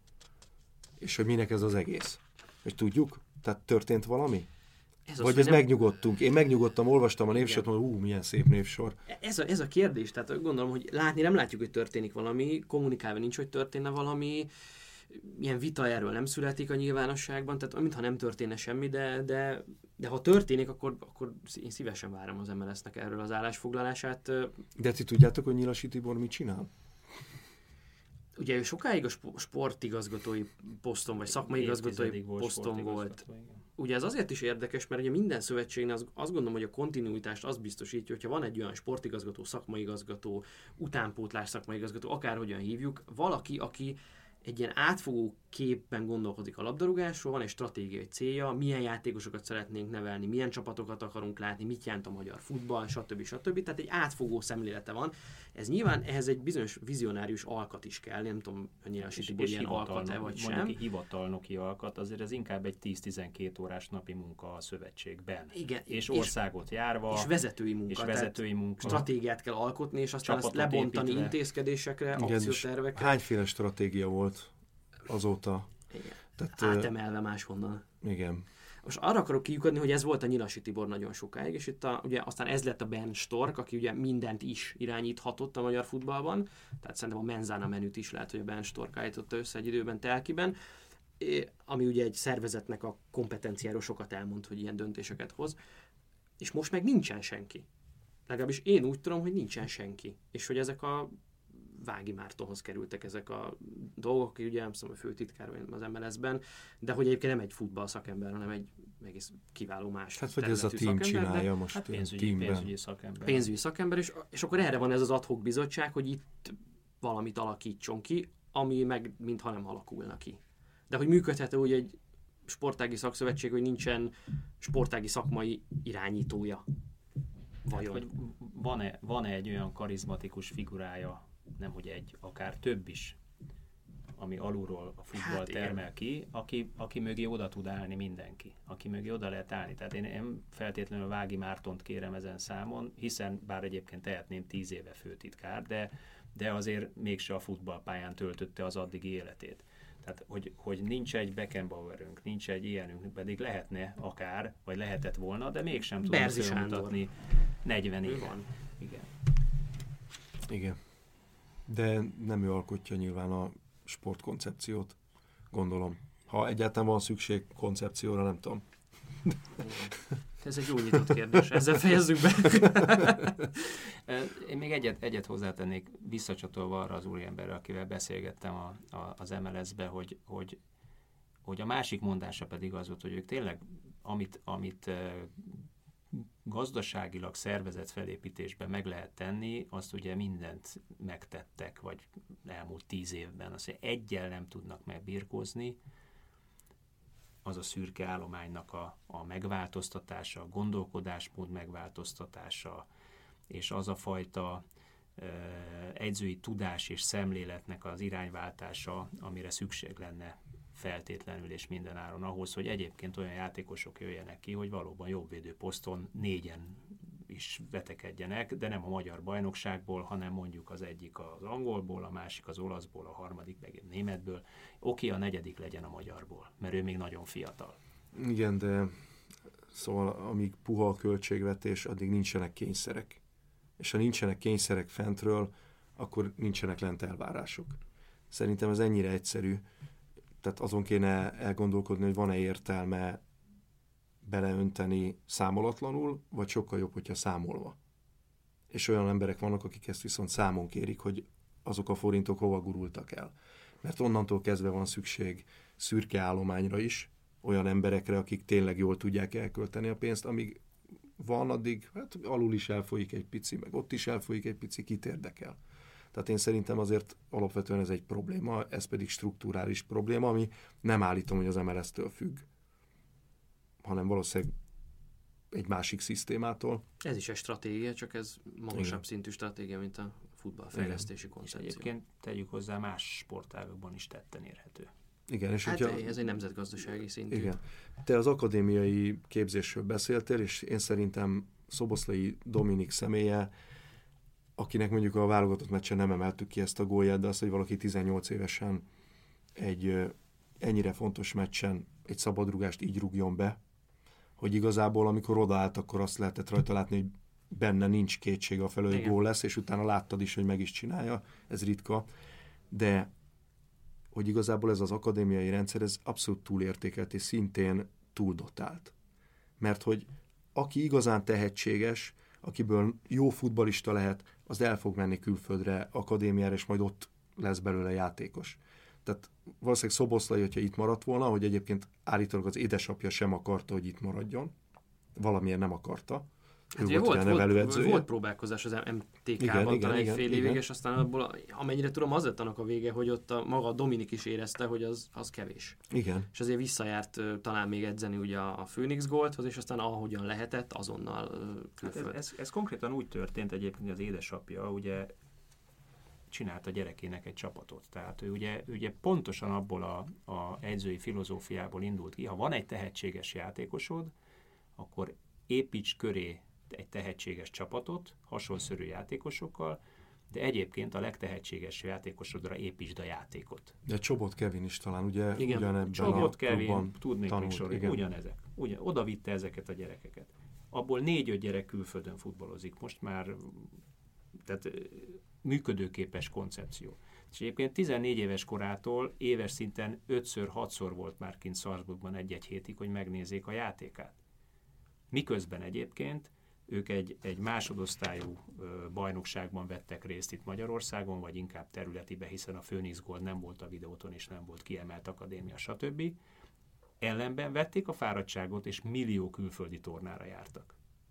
és hogy minek ez az egész. És tudjuk? Tehát történt valami? Ez Vagy ez nem... megnyugodtunk? Én megnyugodtam, olvastam a névsort, mondom, ú, milyen szép névsor. Ez a, ez a kérdés, tehát gondolom, hogy látni nem látjuk, hogy történik valami, kommunikálva nincs, hogy történne valami, ilyen vita erről nem születik a nyilvánosságban, tehát mintha nem történne semmi, de, de, de ha történik, akkor, akkor én szívesen várom az em el es-nek erről az állásfoglalását. De ti tudjátok, hogy Nyilasi Tibor mit csinál? Ugye ő sokáig a sportigazgatói poszton, vagy szakmai igazgatói poszton volt. Ugye ez azért is érdekes, mert ugye minden szövetségnél az, azt gondolom, hogy a kontinuitást az biztosítja, hogyha van egy olyan sportigazgató, szakmai igazgató, utánpótlás szakmai igazgató, akárhogyan hívjuk, valaki, aki egy ilyen átfogó képben gondolkodik a labdarúgásról, van egy stratégiai célja, milyen játékosokat szeretnénk nevelni, milyen csapatokat akarunk látni, mit jelent a magyar futball, stb. stb. Tehát egy átfogó szemlélete van. Ez nyilván ehhez egy bizonyos vizionárius alkat is kell, nem tudom, hogy Nyilasi Tibor ilyen alkat-e vagy sem. Mondjuk hivatalnoki alkat, azért ez inkább egy tíz-tizenkét órás napi munka a szövetségben. Igen. És országot járva. És vezetői munka. És vezetői munka. Stratégiát kell alkotni, és aztán ezt lebontani építve. Intézkedésekre, akciótervekre. Hányféle stratégia volt azóta? Igen. Tehát, átemelve máshonnan. Igen. Most arra akarok kiukadni, hogy ez volt a Nyilasi Tibor nagyon sokáig, és itt a, ugye aztán ez lett a Bernd Stork, aki ugye mindent is irányíthatott a magyar futballban, tehát szerintem a Menzana menüt is lehet, hogy a Bernd Stork állította össze egy időben Telkiben, ami ugye egy szervezetnek a kompetenciáról sokat elmond, hogy ilyen döntéseket hoz, és most meg nincsen senki. Legalábbis én úgy tudom, hogy nincsen senki, és hogy ezek a Vági Mártonhoz kerültek ezek a dolgok, aki ugye nem tudom, a főtitkár az em el es-ben, de hogy egyébként nem egy futball szakember, hanem egy egész kiváló más hát, hogy ez a tím csinálja de, most hát pénzügyi, pénzügyi szakember. Pénzügyi szakember, és, és akkor erre van ez az ad hoc bizottság, hogy itt valamit alakítson ki, ami meg mintha nem alakulna ki. De hogy működhető úgy egy sportági szakszövetség, hogy nincsen sportági szakmai irányítója. Vajon? Hát, hogy van-e, van-e egy olyan karizmatikus figurája, nem hogy egy, akár több is, ami alulról a futball Hát, termel ki, aki, aki mögé oda tud állni mindenki. Aki mögé oda lehet állni. Tehát én, én feltétlenül Vági Mártont kérem ezen számon, hiszen bár egyébként tehetném tíz éve főtitkár, de, de azért mégse a futballpályán töltötte az addigi életét. Tehát, hogy, hogy nincs egy Beckenbauerünk, nincs egy ilyenünk, pedig lehetne akár, vagy lehetett volna, de mégsem tudom felmutatni negyven éven. Igen. Igen. De nem ő alkotja nyilván a sportkoncepciót, gondolom. Ha egyáltalán van szükség koncepcióra, nem tudom. Ez egy jó nyitott kérdés, ezzel fejezzük be. Én még egyet, egyet hozzátennék, visszacsatolva arra az úriemberre, akivel beszélgettem a, a, az em el es-be, hogy, hogy, hogy a másik mondása pedig az volt, hogy ők tényleg, amit, amit gazdaságilag szervezett felépítésben meg lehet tenni, azt ugye mindent megtettek, vagy elmúlt tíz évben. Azt, hogy egyel nem tudnak megbirkózni, az a szürke állománynak a, a megváltoztatása, a gondolkodásmód megváltoztatása, és az a fajta e, edzői tudás és szemléletnek az irányváltása, amire szükség lenne feltétlenül és mindenáron ahhoz, hogy egyébként olyan játékosok jöjjenek ki, hogy valóban jobbvédő poszton négyen is vetekedjenek, de nem a magyar bajnokságból, hanem mondjuk az egyik az angolból, a másik az olaszból, a harmadik meg a németből. Oké, a negyedik legyen a magyarból, mert ő még nagyon fiatal. Igen, de szóval amíg puha a költségvetés, addig nincsenek kényszerek. És ha nincsenek kényszerek fentről, akkor nincsenek lent elvárások. Szerintem ez ennyire egyszerű. Tehát azon kéne elgondolkodni, hogy van-e értelme beleönteni számolatlanul, vagy sokkal jobb, hogyha számolva. És olyan emberek vannak, akik ezt viszont számon kérik, hogy azok a forintok hova gurultak el. Mert onnantól kezdve van szükség szürke állományra is, olyan emberekre, akik tényleg jól tudják elkölteni a pénzt, amíg van, addig hát alul is elfolyik egy pici, meg ott is elfolyik egy pici, kit érdekel. Tehát én szerintem azért alapvetően ez egy probléma, ez pedig strukturális probléma, ami nem állítom, hogy az em el es-től függ, hanem valószínűleg egy másik szisztémától. Ez is egy stratégia, csak ez magasabb Igen. szintű stratégia, mint a futballfejlesztési koncepció. És egyébként tegyük hozzá, más sportágokban is tetten érhető. Igen, és hát hogyha, ez egy nemzetgazdasági szintű. Igen. Te az akadémiai képzésről beszéltél, és én szerintem Szoboszlai Dominik személye, akinek mondjuk a válogatott meccsen nem emeltük ki ezt a gólját, de az, hogy valaki tizennyolc évesen egy ennyire fontos meccsen egy szabadrugást így rúgjon be, hogy igazából amikor odaállt, akkor azt lehetett rajta látni, hogy benne nincs kétség a felől, hogy gól lesz, és utána láttad is, hogy meg is csinálja, ez ritka, de hogy igazából ez az akadémiai rendszer, ez abszolút túlértékelt, és szintén túldotált. Mert hogy aki igazán tehetséges, akiből jó futballista lehet, az el fog menni külföldre, akadémiára, és majd ott lesz belőle játékos. Tehát valószínűleg Szoboszlai, hogyha itt maradt volna, hogy egyébként állítólag az édesapja sem akarta, hogy itt maradjon, valamiért nem akarta. Hát ő volt, volt, volt, volt próbálkozás az em té ká-ban talán egy fél évig, és aztán abból, amennyire tudom, az lett annak a vége, hogy ott a, maga a Dominik is érezte, hogy az, az kevés. Igen. És azért visszajárt talán még edzeni ugye a Phoenix Goldhoz, és aztán ahogyan lehetett, azonnal külföld. Hát ez, ez, ez konkrétan úgy történt egyébként, az édesapja ugye csinálta gyerekének egy csapatot. Tehát ő ugye, ugye pontosan abból a, a edzői filozófiából indult ki, ha van egy tehetséges játékosod, akkor építs köré egy tehetséges csapatot, hasonszörű játékosokkal, de egyébként a legtehetséges játékosodra építsd a játékot. De Csobot Kevin is talán ugye igen. ugyanebben Csobot a Kevin, klubban tudnék még sorolni, ugyanezek. Ugyan, oda vitte ezeket a gyerekeket. Abból négy-öt gyerek külföldön futballozik. Most már tehát működőképes koncepció. És egyébként tizennégy éves korától éves szinten ötször-hatszor volt már kint Salzburgban egy-egy hétig, hogy megnézzék a játékát. Miközben egyébként ők egy, egy másodosztályú ö, bajnokságban vettek részt itt Magyarországon, vagy inkább területibe, hiszen a Phoenix Gold nem volt a videóton, és nem volt kiemelt akadémia, stb. Ellenben vették a fáradtságot, és millió külföldi tornára jártak.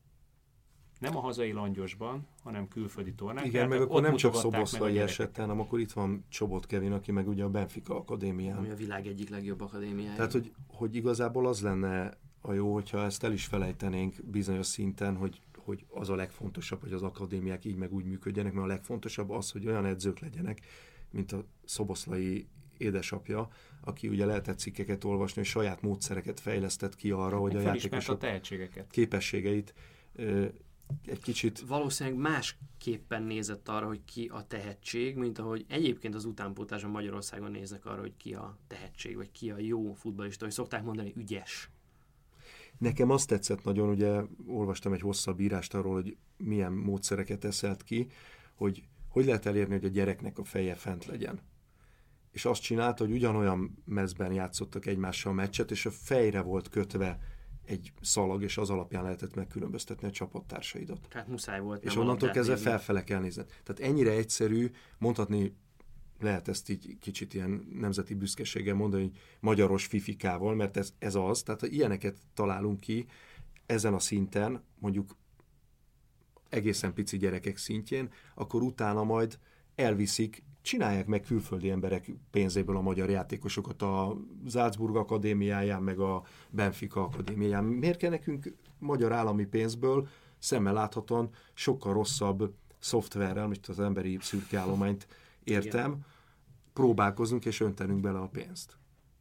Nem a hazai Langyosban, hanem külföldi tornák. Igen, meg akkor nem csak Szoboszlai esett, hanem akkor itt van Csobot Kevin, aki meg ugye a Benfica akadémián. Ami a világ egyik legjobb akadémiája. Tehát, hogy, hogy igazából az lenne a jó, hogyha ezt el is felejtenénk bizonyos szinten, hogy, hogy az a legfontosabb, hogy az akadémiák így meg úgy működjenek, mert a legfontosabb az, hogy olyan edzők legyenek, mint a Szoboszlai édesapja, aki ugye lehetett cikkeket olvasni, hogy saját módszereket fejlesztett ki arra, hogy a játékosok a tehetségeket. képességeit ö, egy kicsit... Valószínűleg másképpen nézett arra, hogy ki a tehetség, mint ahogy egyébként az utánpótláson Magyarországon néznek arra, hogy ki a tehetség, vagy ki a jó futballista, hogy szokták mondani, ügyes. Nekem azt tetszett nagyon, ugye olvastam egy hosszabb írást arról, hogy milyen módszereket eszelt ki, hogy hogy lehet elérni, hogy a gyereknek a feje fent legyen. És azt csinálta, hogy ugyanolyan mezben játszottak egymással a meccset, és a fejre volt kötve egy szalag, és az alapján lehetett megkülönböztetni a csapattársaidat. Tehát muszáj volt. És onnantól kezdve felfele kell nézni. Tehát ennyire egyszerű, mondhatni, lehet ezt így kicsit ilyen nemzeti büszkeséggel mondani, hogy magyaros fifikával, mert ez, ez az, tehát ha ilyeneket találunk ki ezen a szinten, mondjuk egészen pici gyerekek szintjén, akkor utána majd elviszik, csinálják meg külföldi emberek pénzéből a magyar játékosokat a Salzburg akadémiáján, meg a Benfica akadémiáján. Miért kell nekünk magyar állami pénzből szemmel láthatóan sokkal rosszabb szoftverrel, mint az emberi szürke állományt értem, igen, próbálkozunk és öntenünk bele a pénzt.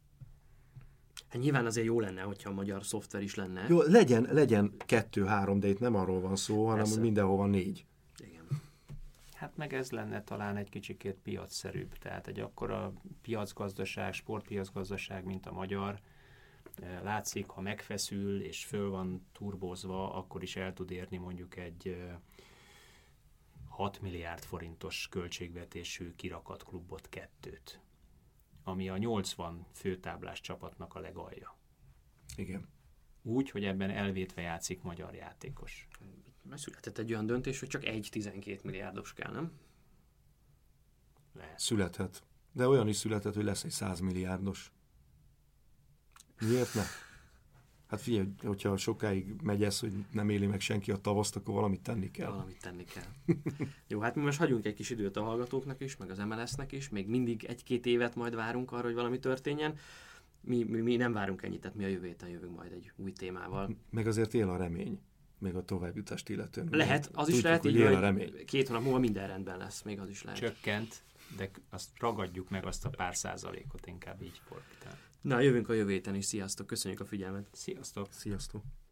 Hát nyilván azért jó lenne, hogyha a magyar szoftver is lenne. Jó, legyen, legyen kettő-három, de itt nem arról van szó, hanem Persze. mindenhova négy. Igen. Hát meg ez lenne talán egy kicsikét piacszerűbb, tehát egy akkora piacgazdaság, sportpiacgazdaság, mint a magyar, látszik, ha megfeszül és föl van turbozva, akkor is el tud érni mondjuk egy hat milliárd forintos költségvetésű kirakat klubot, kettőt, ami a nyolcvan főtáblás csapatnak a legalja. Igen. Úgy, hogy ebben elvétve játszik magyar játékos. Mert született egy olyan döntés, hogy csak egy tizenkét milliárdos kell, nem? Lehet. Születhet. De olyan is született, hogy lesz egy száz milliárdos. Miért ne? Hát figyelj, hogyha sokáig megy ez, hogy nem éli meg senki a tavaszt, akkor valamit tenni kell. Valamit tenni kell. Jó, hát mi most hagyjunk egy kis időt a hallgatóknak is, meg az em el es-nek is, még mindig egy-két évet majd várunk arra, hogy valami történjen. Mi, mi, mi nem várunk ennyit, tehát mi a jövő héten jövünk majd egy új témával. Meg azért él a remény, még a továbbjutást illetően. Lehet, az is Tudjuk, lehet, hogy így, él a remény. Két hónap múlva minden rendben lesz, még az is lehet. Csökkent, de azt ragadjuk meg azt a pár százalékot, inkább így fordítani. Na, jövünk a jövő héten is, sziasztok, köszönjük a figyelmet. Sziasztok! Sziasztok!